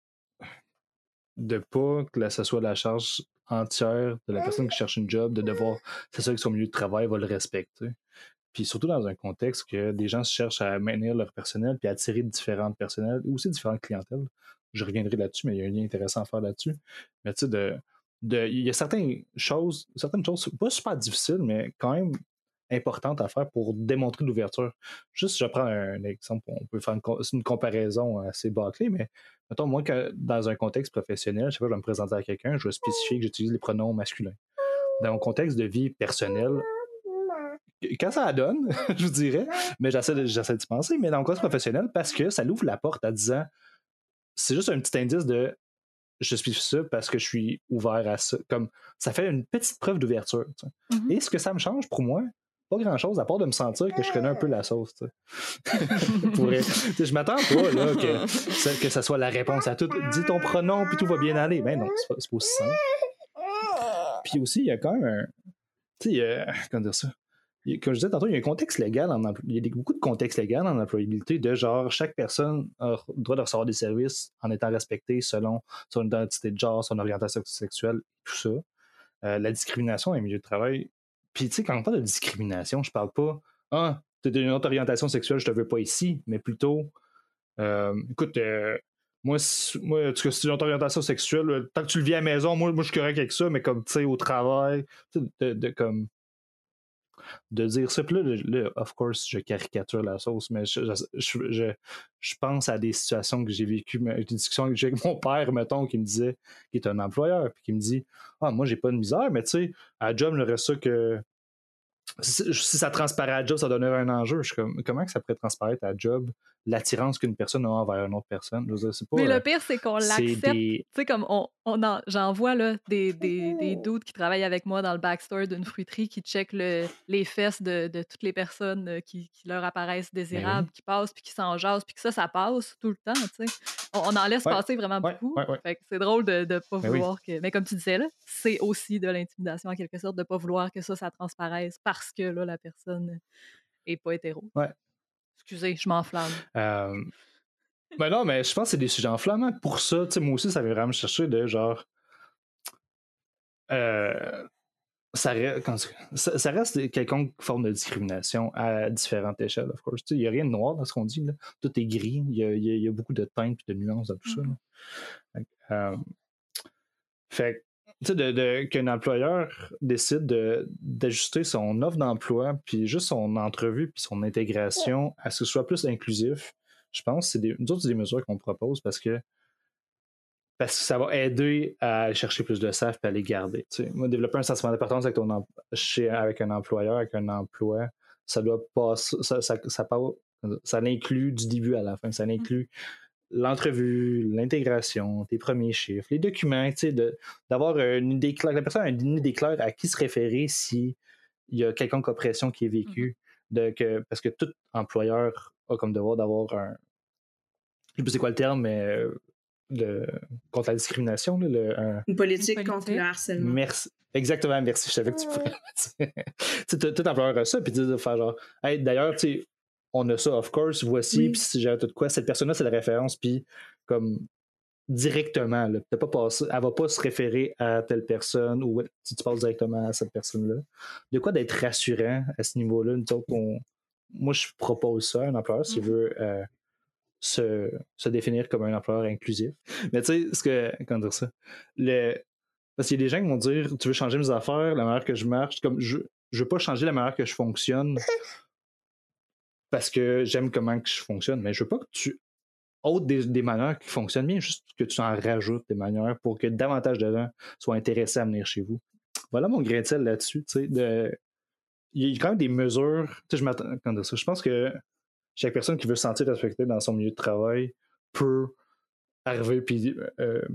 de pas que ça soit la charge entière de la personne qui cherche une job, de devoir s'assurer que son milieu de travail va le respecter. Puis surtout dans un contexte que des gens cherchent à maintenir leur personnel puis à attirer différentes personnels ou aussi différentes clientèles. Je reviendrai là-dessus, mais il y a un lien intéressant à faire là-dessus. Mais tu sais, de, de, il y a certaines choses, certaines choses, pas super difficiles, mais quand même importantes à faire pour démontrer l'ouverture. Juste, je prends un exemple, on peut faire une, une comparaison assez bâclée, mais mettons, moi, que dans un contexte professionnel, je sais pas, je vais me présenter à quelqu'un, je vais spécifier que j'utilise les pronoms masculins. Dans un contexte de vie personnelle, quand ça la donne, je vous dirais, mais j'essaie de, j'essaie d'y penser, mais dans le contexte professionnel, parce que ça l'ouvre la porte en disant, c'est juste un petit indice de je suis ça parce que je suis ouvert à ça. Comme ça fait une petite preuve d'ouverture. Mm-hmm. Et ce que ça me change pour moi, pas grand-chose, à part de me sentir que je connais un peu la sauce. Pour, je m'attends pas là, que, ça, que ça soit la réponse à tout. Dis ton pronom puis tout va bien aller. Ben non, c'est pas, c'est pas aussi simple. Puis aussi, il y a quand même un. Tu sais, euh, comment dire ça? Comme je disais tantôt, il y a un contexte légal en empl... il y a beaucoup de contexte légal en employabilité de genre chaque personne a le droit de recevoir des services en étant respectée selon son identité de genre, son orientation sexuelle, tout ça. Euh, la discrimination dans les milieux de travail. Puis tu sais, quand on parle de discrimination, je parle pas ah, t'as une autre orientation sexuelle, je te veux pas ici, mais plutôt euh, écoute, euh, moi, si, moi, tu sais, une autre orientation sexuelle, tant que tu le vis à la maison, moi, moi je suis correct avec ça, mais comme tu sais, au travail, de, de comme de dire ça. Puis là, là, of course, je caricature la sauce, mais je, je, je, je pense à des situations que j'ai vécues, des discussions que j'ai avec mon père, mettons, qui me disait, qui est un employeur, puis qui me dit ah, moi, j'ai pas de misère, mais tu sais, à la job, j'aurais ça que si, si ça transparaît à la job, ça donnerait un enjeu. Je suis comme, comment que ça pourrait transparaître à la job, l'attirance qu'une personne a envers une autre personne? Je veux dire, c'est pas, mais le pire, c'est qu'on c'est l'accepte. des... Tu sais, comme on, on en, j'en vois là, des, des, des dudes qui travaillent avec moi dans le backstore d'une fruiterie qui checkent le, les fesses de, de toutes les personnes qui, qui leur apparaissent désirables, oui. qui passent, puis qui s'en jasent, puis que ça, ça passe tout le temps. Tu sais. On, on en laisse ouais, passer vraiment ouais, beaucoup. Ouais, ouais. Fait que c'est drôle de ne pas mais vouloir oui. que... Mais comme tu disais, là, c'est aussi de l'intimidation en quelque sorte de ne pas vouloir que ça, ça transparaisse parce que là, la personne n'est pas hétéro. Ouais. Excusez, je m'enflamme. Euh... Ben non, mais je pense que c'est des sujets enflammants. Pour ça, tu sais, moi aussi, ça vient vraiment me chercher de genre. Euh, ça, reste, ça, ça reste quelconque forme de discrimination à différentes échelles, of course. Il n'y a rien de noir dans ce qu'on dit. Là. Tout est gris. Il y a, il y a, il y a beaucoup de teintes et de nuances dans tout mm-hmm. ça. Là. Euh, fait tu sais, de, de, qu'un employeur décide de, d'ajuster son offre d'emploi, puis juste son entrevue, puis son intégration à ce que ce soit plus inclusif. Je pense que c'est des, nous autres, c'est des mesures qu'on propose parce que parce que ça va aider à aller chercher plus de staff et à les garder. Tu sais. Moi, développer un sentiment d'appartenance avec, ton em- chez, avec un employeur, avec un emploi, ça doit passer, ça, ça, ça, ça, ça l'inclut du début à la fin. Ça inclut l'entrevue, l'intégration, tes premiers chiffres, les documents, tu sais, de, d'avoir une idée claire, la personne a une idée claire à qui se référer s'il y a quelconque oppression qui est vécue. De, que, parce que tout employeur a comme devoir d'avoir un... Je sais pas c'est quoi le terme, mais... De, contre la discrimination. Là, le, un... Une politique, Une politique contre le harcèlement. Merci. Exactement, merci. Je savais que tu pourrais. Tu sais, tout employeur a ça, puis de faire genre, hey, d'ailleurs, tu sais, on a ça, of course, voici, oui. Puis si j'ai tout de quoi, cette personne-là, c'est la référence, puis comme directement, là, pas passer, elle va pas se référer à telle personne, ou si tu passes directement à cette personne-là. De quoi d'être rassurant à ce niveau-là, nous autres, on... moi, je propose ça à un employeur, s'il mm-hmm. veut. Euh, Se, se définir comme un employeur inclusif. Mais tu sais, ce que. Comment dire ça? Le, parce qu'il y a des gens qui vont dire tu veux changer mes affaires, la manière que je marche, comme je, je veux pas changer la manière que je fonctionne parce que j'aime comment que je fonctionne, mais je veux pas que tu ôtes des, des manières qui fonctionnent bien, juste que tu en rajoutes des manières pour que davantage de gens soient intéressés à venir chez vous. Voilà mon grain de sel là-dessus. Tu sais, de, il y a quand même des mesures. Tu sais, je m'attends. Comment dire ça? Je pense que chaque personne qui veut se sentir respectée dans son milieu de travail peut arriver puis euh,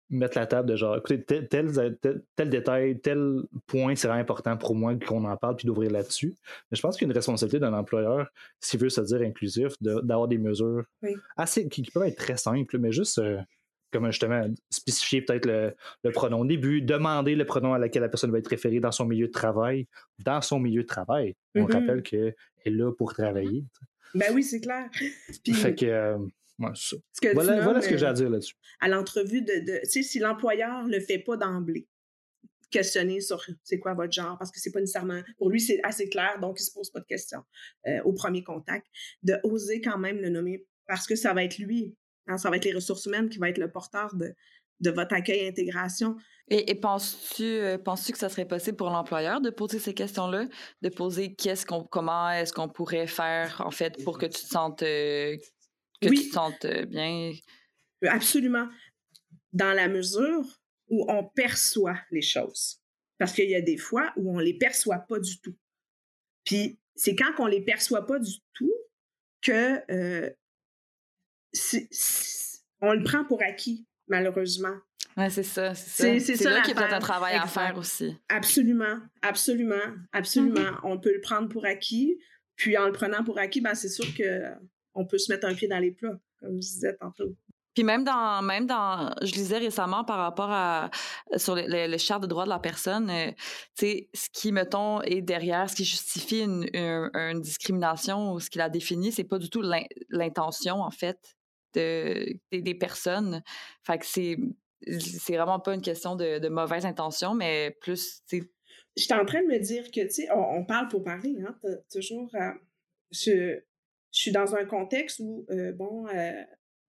mettre la table de genre, écoutez, tel, tel, tel, tel détail, tel point, c'est vraiment important pour moi qu'on en parle puis d'ouvrir là-dessus. Mais je pense qu'il y a une responsabilité d'un employeur, s'il veut se dire inclusif, de, d'avoir des mesures oui. assez qui, qui peuvent être très simples, mais juste euh, comme justement spécifier peut-être le, le pronom au début, demander le pronom à laquelle la personne va être référée dans son milieu de travail. Dans son milieu de travail, on Mm-hmm. rappelle qu'elle est là pour travailler. Ben oui, c'est clair. Puis, fait que, euh, ouais, ça. Ce que voilà, nommes, voilà ce que j'ai à dire là-dessus. À l'entrevue de, de tu sais, si l'employeur le fait pas d'emblée, questionner sur c'est quoi votre genre, parce que c'est pas nécessairement, pour lui, c'est assez clair, donc il se pose pas de questions euh, au premier contact, de oser quand même le nommer, parce que ça va être lui, hein, ça va être les ressources humaines qui va être le porteur de, de votre accueil et intégration. Et, et penses-tu, euh, penses-tu que ça serait possible pour l'employeur de poser ces questions-là, de poser qu'est-ce qu'on, comment est-ce qu'on pourrait faire, en fait, pour que tu te sentes, euh, que oui. tu te sentes euh, bien? Absolument. Dans la mesure où on perçoit les choses. Parce qu'il y a des fois où on les perçoit pas du tout. Puis c'est quand on les perçoit pas du tout que euh, c'est, c'est, on le prend pour acquis, malheureusement. Oui, c'est ça, c'est ça. C'est, c'est, c'est ça là qu'il y a l'affaire. peut-être un travail Exact. à faire aussi. Absolument, absolument, absolument. Mm-hmm. On peut le prendre pour acquis, puis en le prenant pour acquis, ben, c'est sûr qu'on peut se mettre un pied dans les plats, comme je disais tantôt. Puis même dans, même dans, je lisais récemment par rapport à, sur le, le, le charte de droits de la personne, euh, tu sais, ce qui, mettons, est derrière, ce qui justifie une, une, une discrimination ou ce qui la définit, c'est pas du tout l'in, l'intention, en fait, de, des, des personnes. Fait que c'est, c'est vraiment pas une question de, de mauvaise intention, mais plus, tu sais. J'étais en train de me dire que, tu sais, on, on parle pour parler, hein, toujours. Euh, je, je suis dans un contexte où, euh, bon, euh,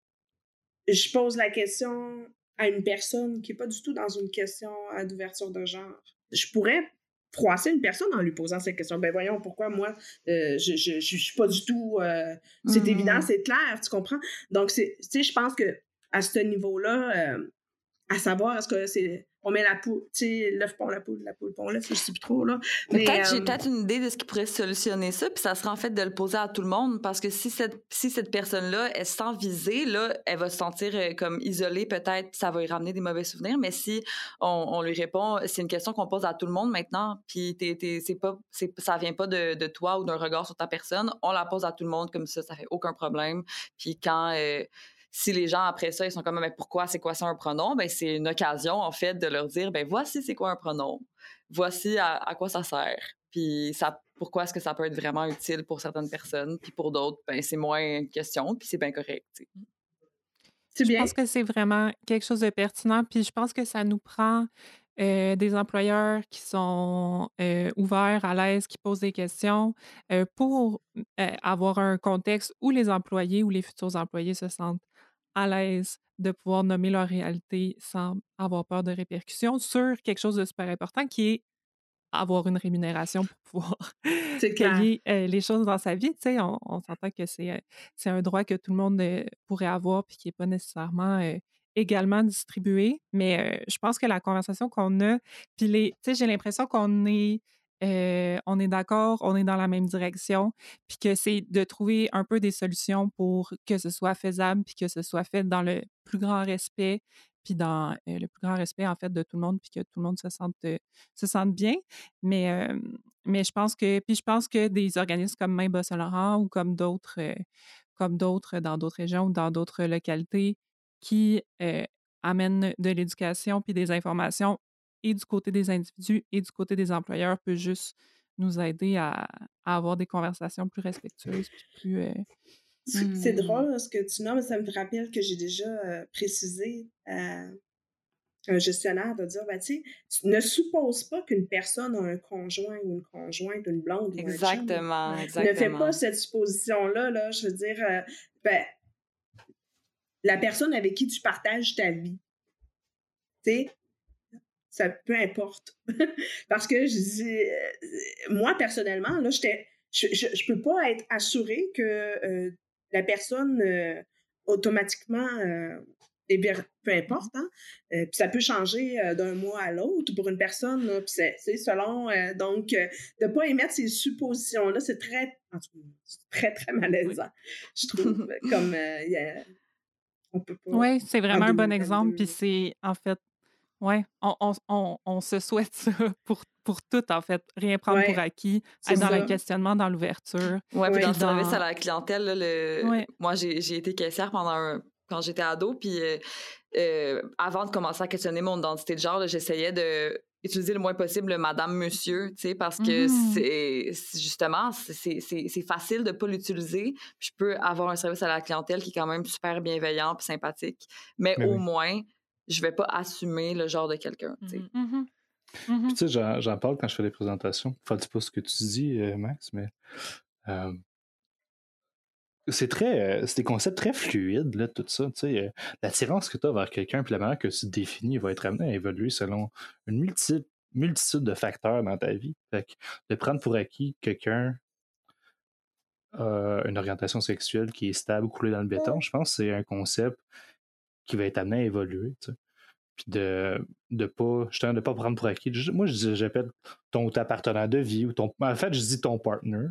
je pose la question à une personne qui n'est pas du tout dans une question d'ouverture de genre. Je pourrais froisser une personne en lui posant cette question. Ben voyons, pourquoi moi, euh, je, je, je, je suis pas du tout... Euh, c'est mm-hmm. évident, c'est clair, tu comprends? Donc, tu sais, je pense que à ce niveau-là, euh, à savoir, est-ce que c'est... On met la poule, tu sais, l'œuf pond la poule, la poule pond l'œuf, je sais plus trop, là. Mais, mais peut-être, euh, j'ai peut-être une idée de ce qui pourrait solutionner ça, puis ça serait en fait de le poser à tout le monde, parce que si cette, si cette personne-là est sans visée, là, elle va se sentir euh, comme isolée, peut-être, ça va lui ramener des mauvais souvenirs, mais si on, on lui répond, c'est une question qu'on pose à tout le monde maintenant, puis t'es, t'es, c'est pas, c'est, ça vient pas de, de toi ou d'un regard sur ta personne, on la pose à tout le monde comme ça, ça fait aucun problème, puis quand... Euh, si les gens, après ça, ils sont comme « mais pourquoi, c'est quoi ça un pronom? » Ben c'est une occasion, en fait, de leur dire « ben voici c'est quoi un pronom. Voici à, à quoi ça sert. Puis ça, pourquoi est-ce que ça peut être vraiment utile pour certaines personnes, puis pour d'autres, ben c'est moins une question, puis c'est bien correct. » C'est bien. Je pense que c'est vraiment quelque chose de pertinent, puis je pense que ça nous prend euh, des employeurs qui sont euh, ouverts, à l'aise, qui posent des questions euh, pour euh, avoir un contexte où les employés ou les futurs employés se sentent à l'aise de pouvoir nommer leur réalité sans avoir peur de répercussions sur quelque chose de super important qui est avoir une rémunération pour pouvoir payer euh, les choses dans sa vie. Tu sais, on, on s'entend que c'est, euh, c'est un droit que tout le monde euh, pourrait avoir puis qui n'est pas nécessairement euh, également distribué. Mais euh, je pense que la conversation qu'on a, puis les, tu sais, j'ai l'impression qu'on est Euh, on est d'accord, on est dans la même direction, puis que c'est de trouver un peu des solutions pour que ce soit faisable, puis que ce soit fait dans le plus grand respect, puis dans euh, le plus grand respect, en fait, de tout le monde, puis que tout le monde se sente, euh, se sente bien. Mais, euh, mais je pense que, puis je pense que des organismes comme Main Bas-Saint-Laurent ou comme d'autres, euh, comme d'autres dans d'autres régions ou dans d'autres localités qui euh, amènent de l'éducation puis des informations et du côté des individus et du côté des employeurs peut juste nous aider à, à avoir des conversations plus respectueuses puis plus... Euh... C'est, c'est drôle ce que tu nommes, ça me rappelle que j'ai déjà euh, précisé à un gestionnaire de dire, ben, tu sais, ne suppose pas qu'une personne a un conjoint ou une conjointe, une blonde ou exactement, un chum. Exactement. Ne fais pas cette supposition-là, là, je veux dire, euh, ben, la personne avec qui tu partages ta vie, tu sais, ça peu importe. Parce que je dis, euh, moi, personnellement, là, j'étais, je, je, je peux pas être assurée que euh, la personne euh, automatiquement, euh, eh bien, peu importe, hein, euh, puis ça peut changer euh, d'un mois à l'autre pour une personne, là, puis c'est, c'est selon, euh, donc, euh, de pas émettre ces suppositions-là, c'est très, en tout cas, c'est très, très malaisant, je trouve, comme, euh, y a, on peut pas Oui, c'est vraiment en un bon deux mille exemple. vingt-deux. Puis c'est, en fait, ouais, on, on, on, on se souhaite ça pour, pour tout, en fait. Rien prendre pour Ouais, acquis, c'est être dans le ça. questionnement, dans l'ouverture. Ouais, puis Ouais. dans le Puis service à dans... la clientèle, là, le... Ouais. moi, j'ai j'ai été caissière pendant un... quand j'étais ado, puis euh, euh, avant de commencer à questionner mon identité de genre, là, j'essayais de utiliser le moins possible le madame, monsieur, tu sais, parce que Mhm. c'est c'est- justement, c'est- c'est c'est- c'est facile de pas l'utiliser. Puis je peux avoir un service à la clientèle qui est quand même super bienveillant puis sympathique, mais Mais au oui. moins, je vais pas assumer le genre de quelqu'un, tu sais. Mhm. Mhm. Puis Mhm. tu sais, j'en, j'en parle quand je fais des présentations. Enfin, dis pas ce que tu dis, euh, Max, mais euh, c'est très, euh, c'est des concepts très fluides, là, tout ça. Tu sais, euh, l'attirance que tu as vers quelqu'un, puis la manière que tu te définis va être amenée à évoluer selon une multi- multitude de facteurs dans ta vie. Fait que de prendre pour acquis que quelqu'un a une orientation sexuelle qui est stable ou coulée dans le béton, je pense que c'est un concept qui va être amené à évoluer. Tu sais. Puis de de pas justement de pas prendre pour acquis. Je- moi je dis- j'appelle ton ou ta partenaire de vie ou ton en fait je dis ton partner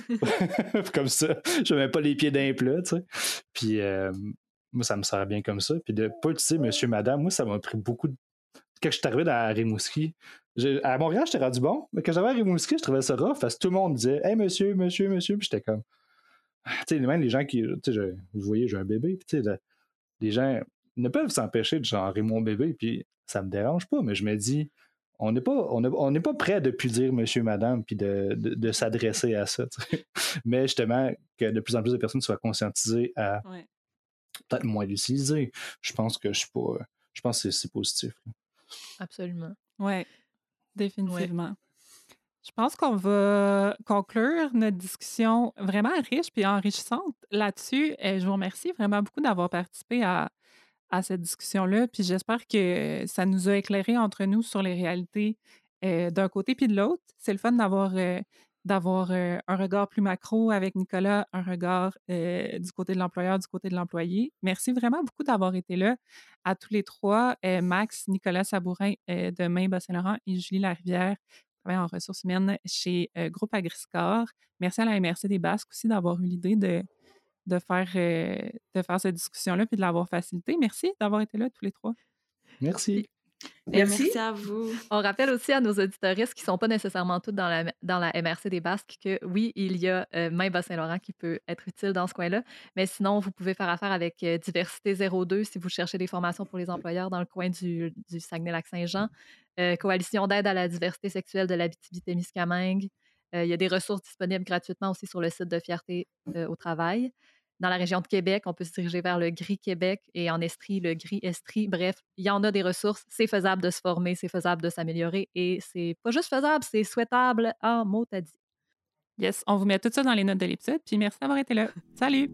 là. Comme ça je mets pas les pieds dans les plats, tu sais. Puis euh, moi ça me sert bien comme ça, puis de pas utiliser monsieur madame, moi ça m'a pris beaucoup de... quand je suis arrivé dans Rimouski, j'ai- à Montréal j'étais rendu bon, mais quand j'avais à Rimouski je trouvais ça rough parce que tout le monde disait hey monsieur monsieur monsieur, puis j'étais comme tu sais même les gens qui tu sais je- vous voyez j'ai un bébé, puis tu sais les gens ne peuvent s'empêcher de genrer mon bébé, puis ça me dérange pas, mais je me dis, on n'est pas, on a- on n'est pas prêt de plus dire monsieur, madame, puis de, de, de s'adresser à ça. Tu sais. Mais justement, que de plus en plus de personnes soient conscientisées à Ouais. peut-être moins l'utiliser. Je pense que je suis pas. Je pense que c'est, c'est positif. là. Absolument. Ouais, définitivement. Je pense qu'on va conclure notre discussion vraiment riche puis enrichissante là-dessus. Euh, je vous remercie vraiment beaucoup d'avoir participé à, à cette discussion-là. Puis j'espère que ça nous a éclairé entre nous sur les réalités euh, d'un côté puis de l'autre. C'est le fun d'avoir euh, d'avoir euh, un regard plus macro avec Nicolas, un regard euh, du côté de l'employeur, du côté de l'employé. Merci vraiment beaucoup d'avoir été là à tous les trois, euh, Max, Nicolas Sabourin euh, de Main Bas-Saint-Laurent et Julie Larivière, qui travaille en ressources humaines chez euh, Groupe Agriscore. Merci à la M R C des Basques aussi d'avoir eu l'idée de de faire, euh, de faire cette discussion-là puis de l'avoir facilité. Merci d'avoir été là tous les trois. Merci. Ben, Merci. merci à vous. On rappelle aussi à nos auditoristes qui ne sont pas nécessairement toutes dans la, dans la M R C des Basques que oui, il y a euh, Main Bas-Saint-Laurent qui peut être utile dans ce coin-là, mais sinon, vous pouvez faire affaire avec euh, Diversité zéro deux si vous cherchez des formations pour les employeurs dans le coin du, du Saguenay-Lac-Saint-Jean, euh, Coalition d'aide à la diversité sexuelle de l'Abitibi-Témiscamingue. Euh, il y a des ressources disponibles gratuitement aussi sur le site de Fierté euh, au travail. Dans la région de Québec, on peut se diriger vers le Gris Québec et en Estrie, le Gris Estrie. Bref, il y en a des ressources. C'est faisable de se former, c'est faisable de s'améliorer et c'est pas juste faisable, c'est souhaitable en mot à dit. Yes, on vous met tout ça dans les notes de l'épisode. Puis merci d'avoir été là. Salut!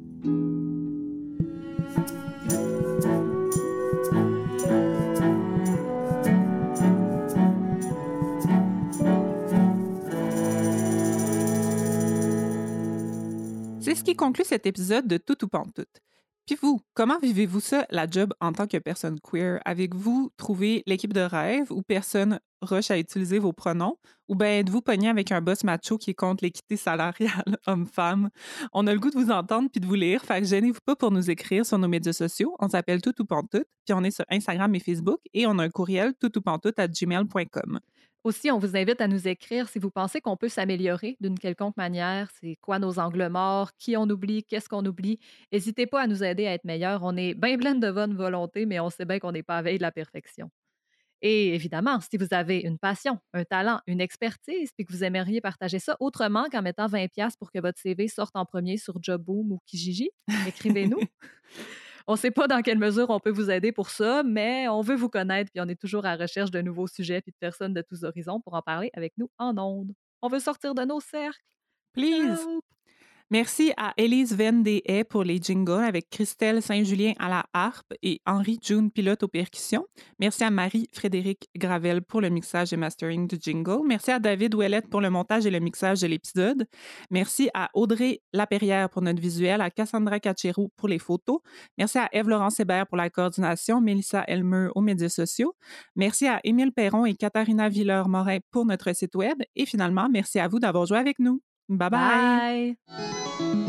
C'est ce qui conclut cet épisode de Tout ou Pantoute. Puis vous, comment vivez-vous ça, la job en tant que personne queer? Avez-vous trouvé l'équipe de rêve ou personne rush à utiliser vos pronoms? Ou bien êtes-vous pogné avec un boss macho qui est contre l'équité salariale homme-femme? On a le goût de vous entendre puis de vous lire, fait que gênez-vous pas pour nous écrire sur nos médias sociaux. On s'appelle Tout ou Pantoute, puis on est sur Instagram et Facebook et on a un courriel toutoutpantoute arobase gmail point com. Aussi, on vous invite à nous écrire si vous pensez qu'on peut s'améliorer d'une quelconque manière. C'est quoi nos angles morts? Qui on oublie? Qu'est-ce qu'on oublie? N'hésitez pas à nous aider à être meilleurs. On est bien plein de bonne volonté, mais on sait bien qu'on n'est pas à veille de la perfection. Et évidemment, si vous avez une passion, un talent, une expertise, puis que vous aimeriez partager ça autrement qu'en mettant vingt dollars pour que votre C V sorte en premier sur Jobboom ou Kijiji, écrivez-nous. On ne sait pas dans quelle mesure on peut vous aider pour ça, mais on veut vous connaître puis on est toujours à la recherche de nouveaux sujets puis de personnes de tous horizons pour en parler avec nous en ondes. On veut sortir de nos cercles. Please! Help! Merci à Élise Venn-Des-Haies pour les jingles avec Christelle Saint-Julien à la harpe et Henri June Pilote aux percussions. Merci à Marie-Frédérique Gravel pour le mixage et mastering du jingle. Merci à David Ouellette pour le montage et le mixage de l'épisode. Merci à Audrey Laperrière pour notre visuel, à Cassandra Cachero pour les photos. Merci à Ève-Laurence Hébert pour la coordination, Mélissa Elmer aux médias sociaux. Merci à Émile Perron et Katharina Villeur-Morin pour notre site web. Et finalement, merci à vous d'avoir joué avec nous. Bye bye! Bye!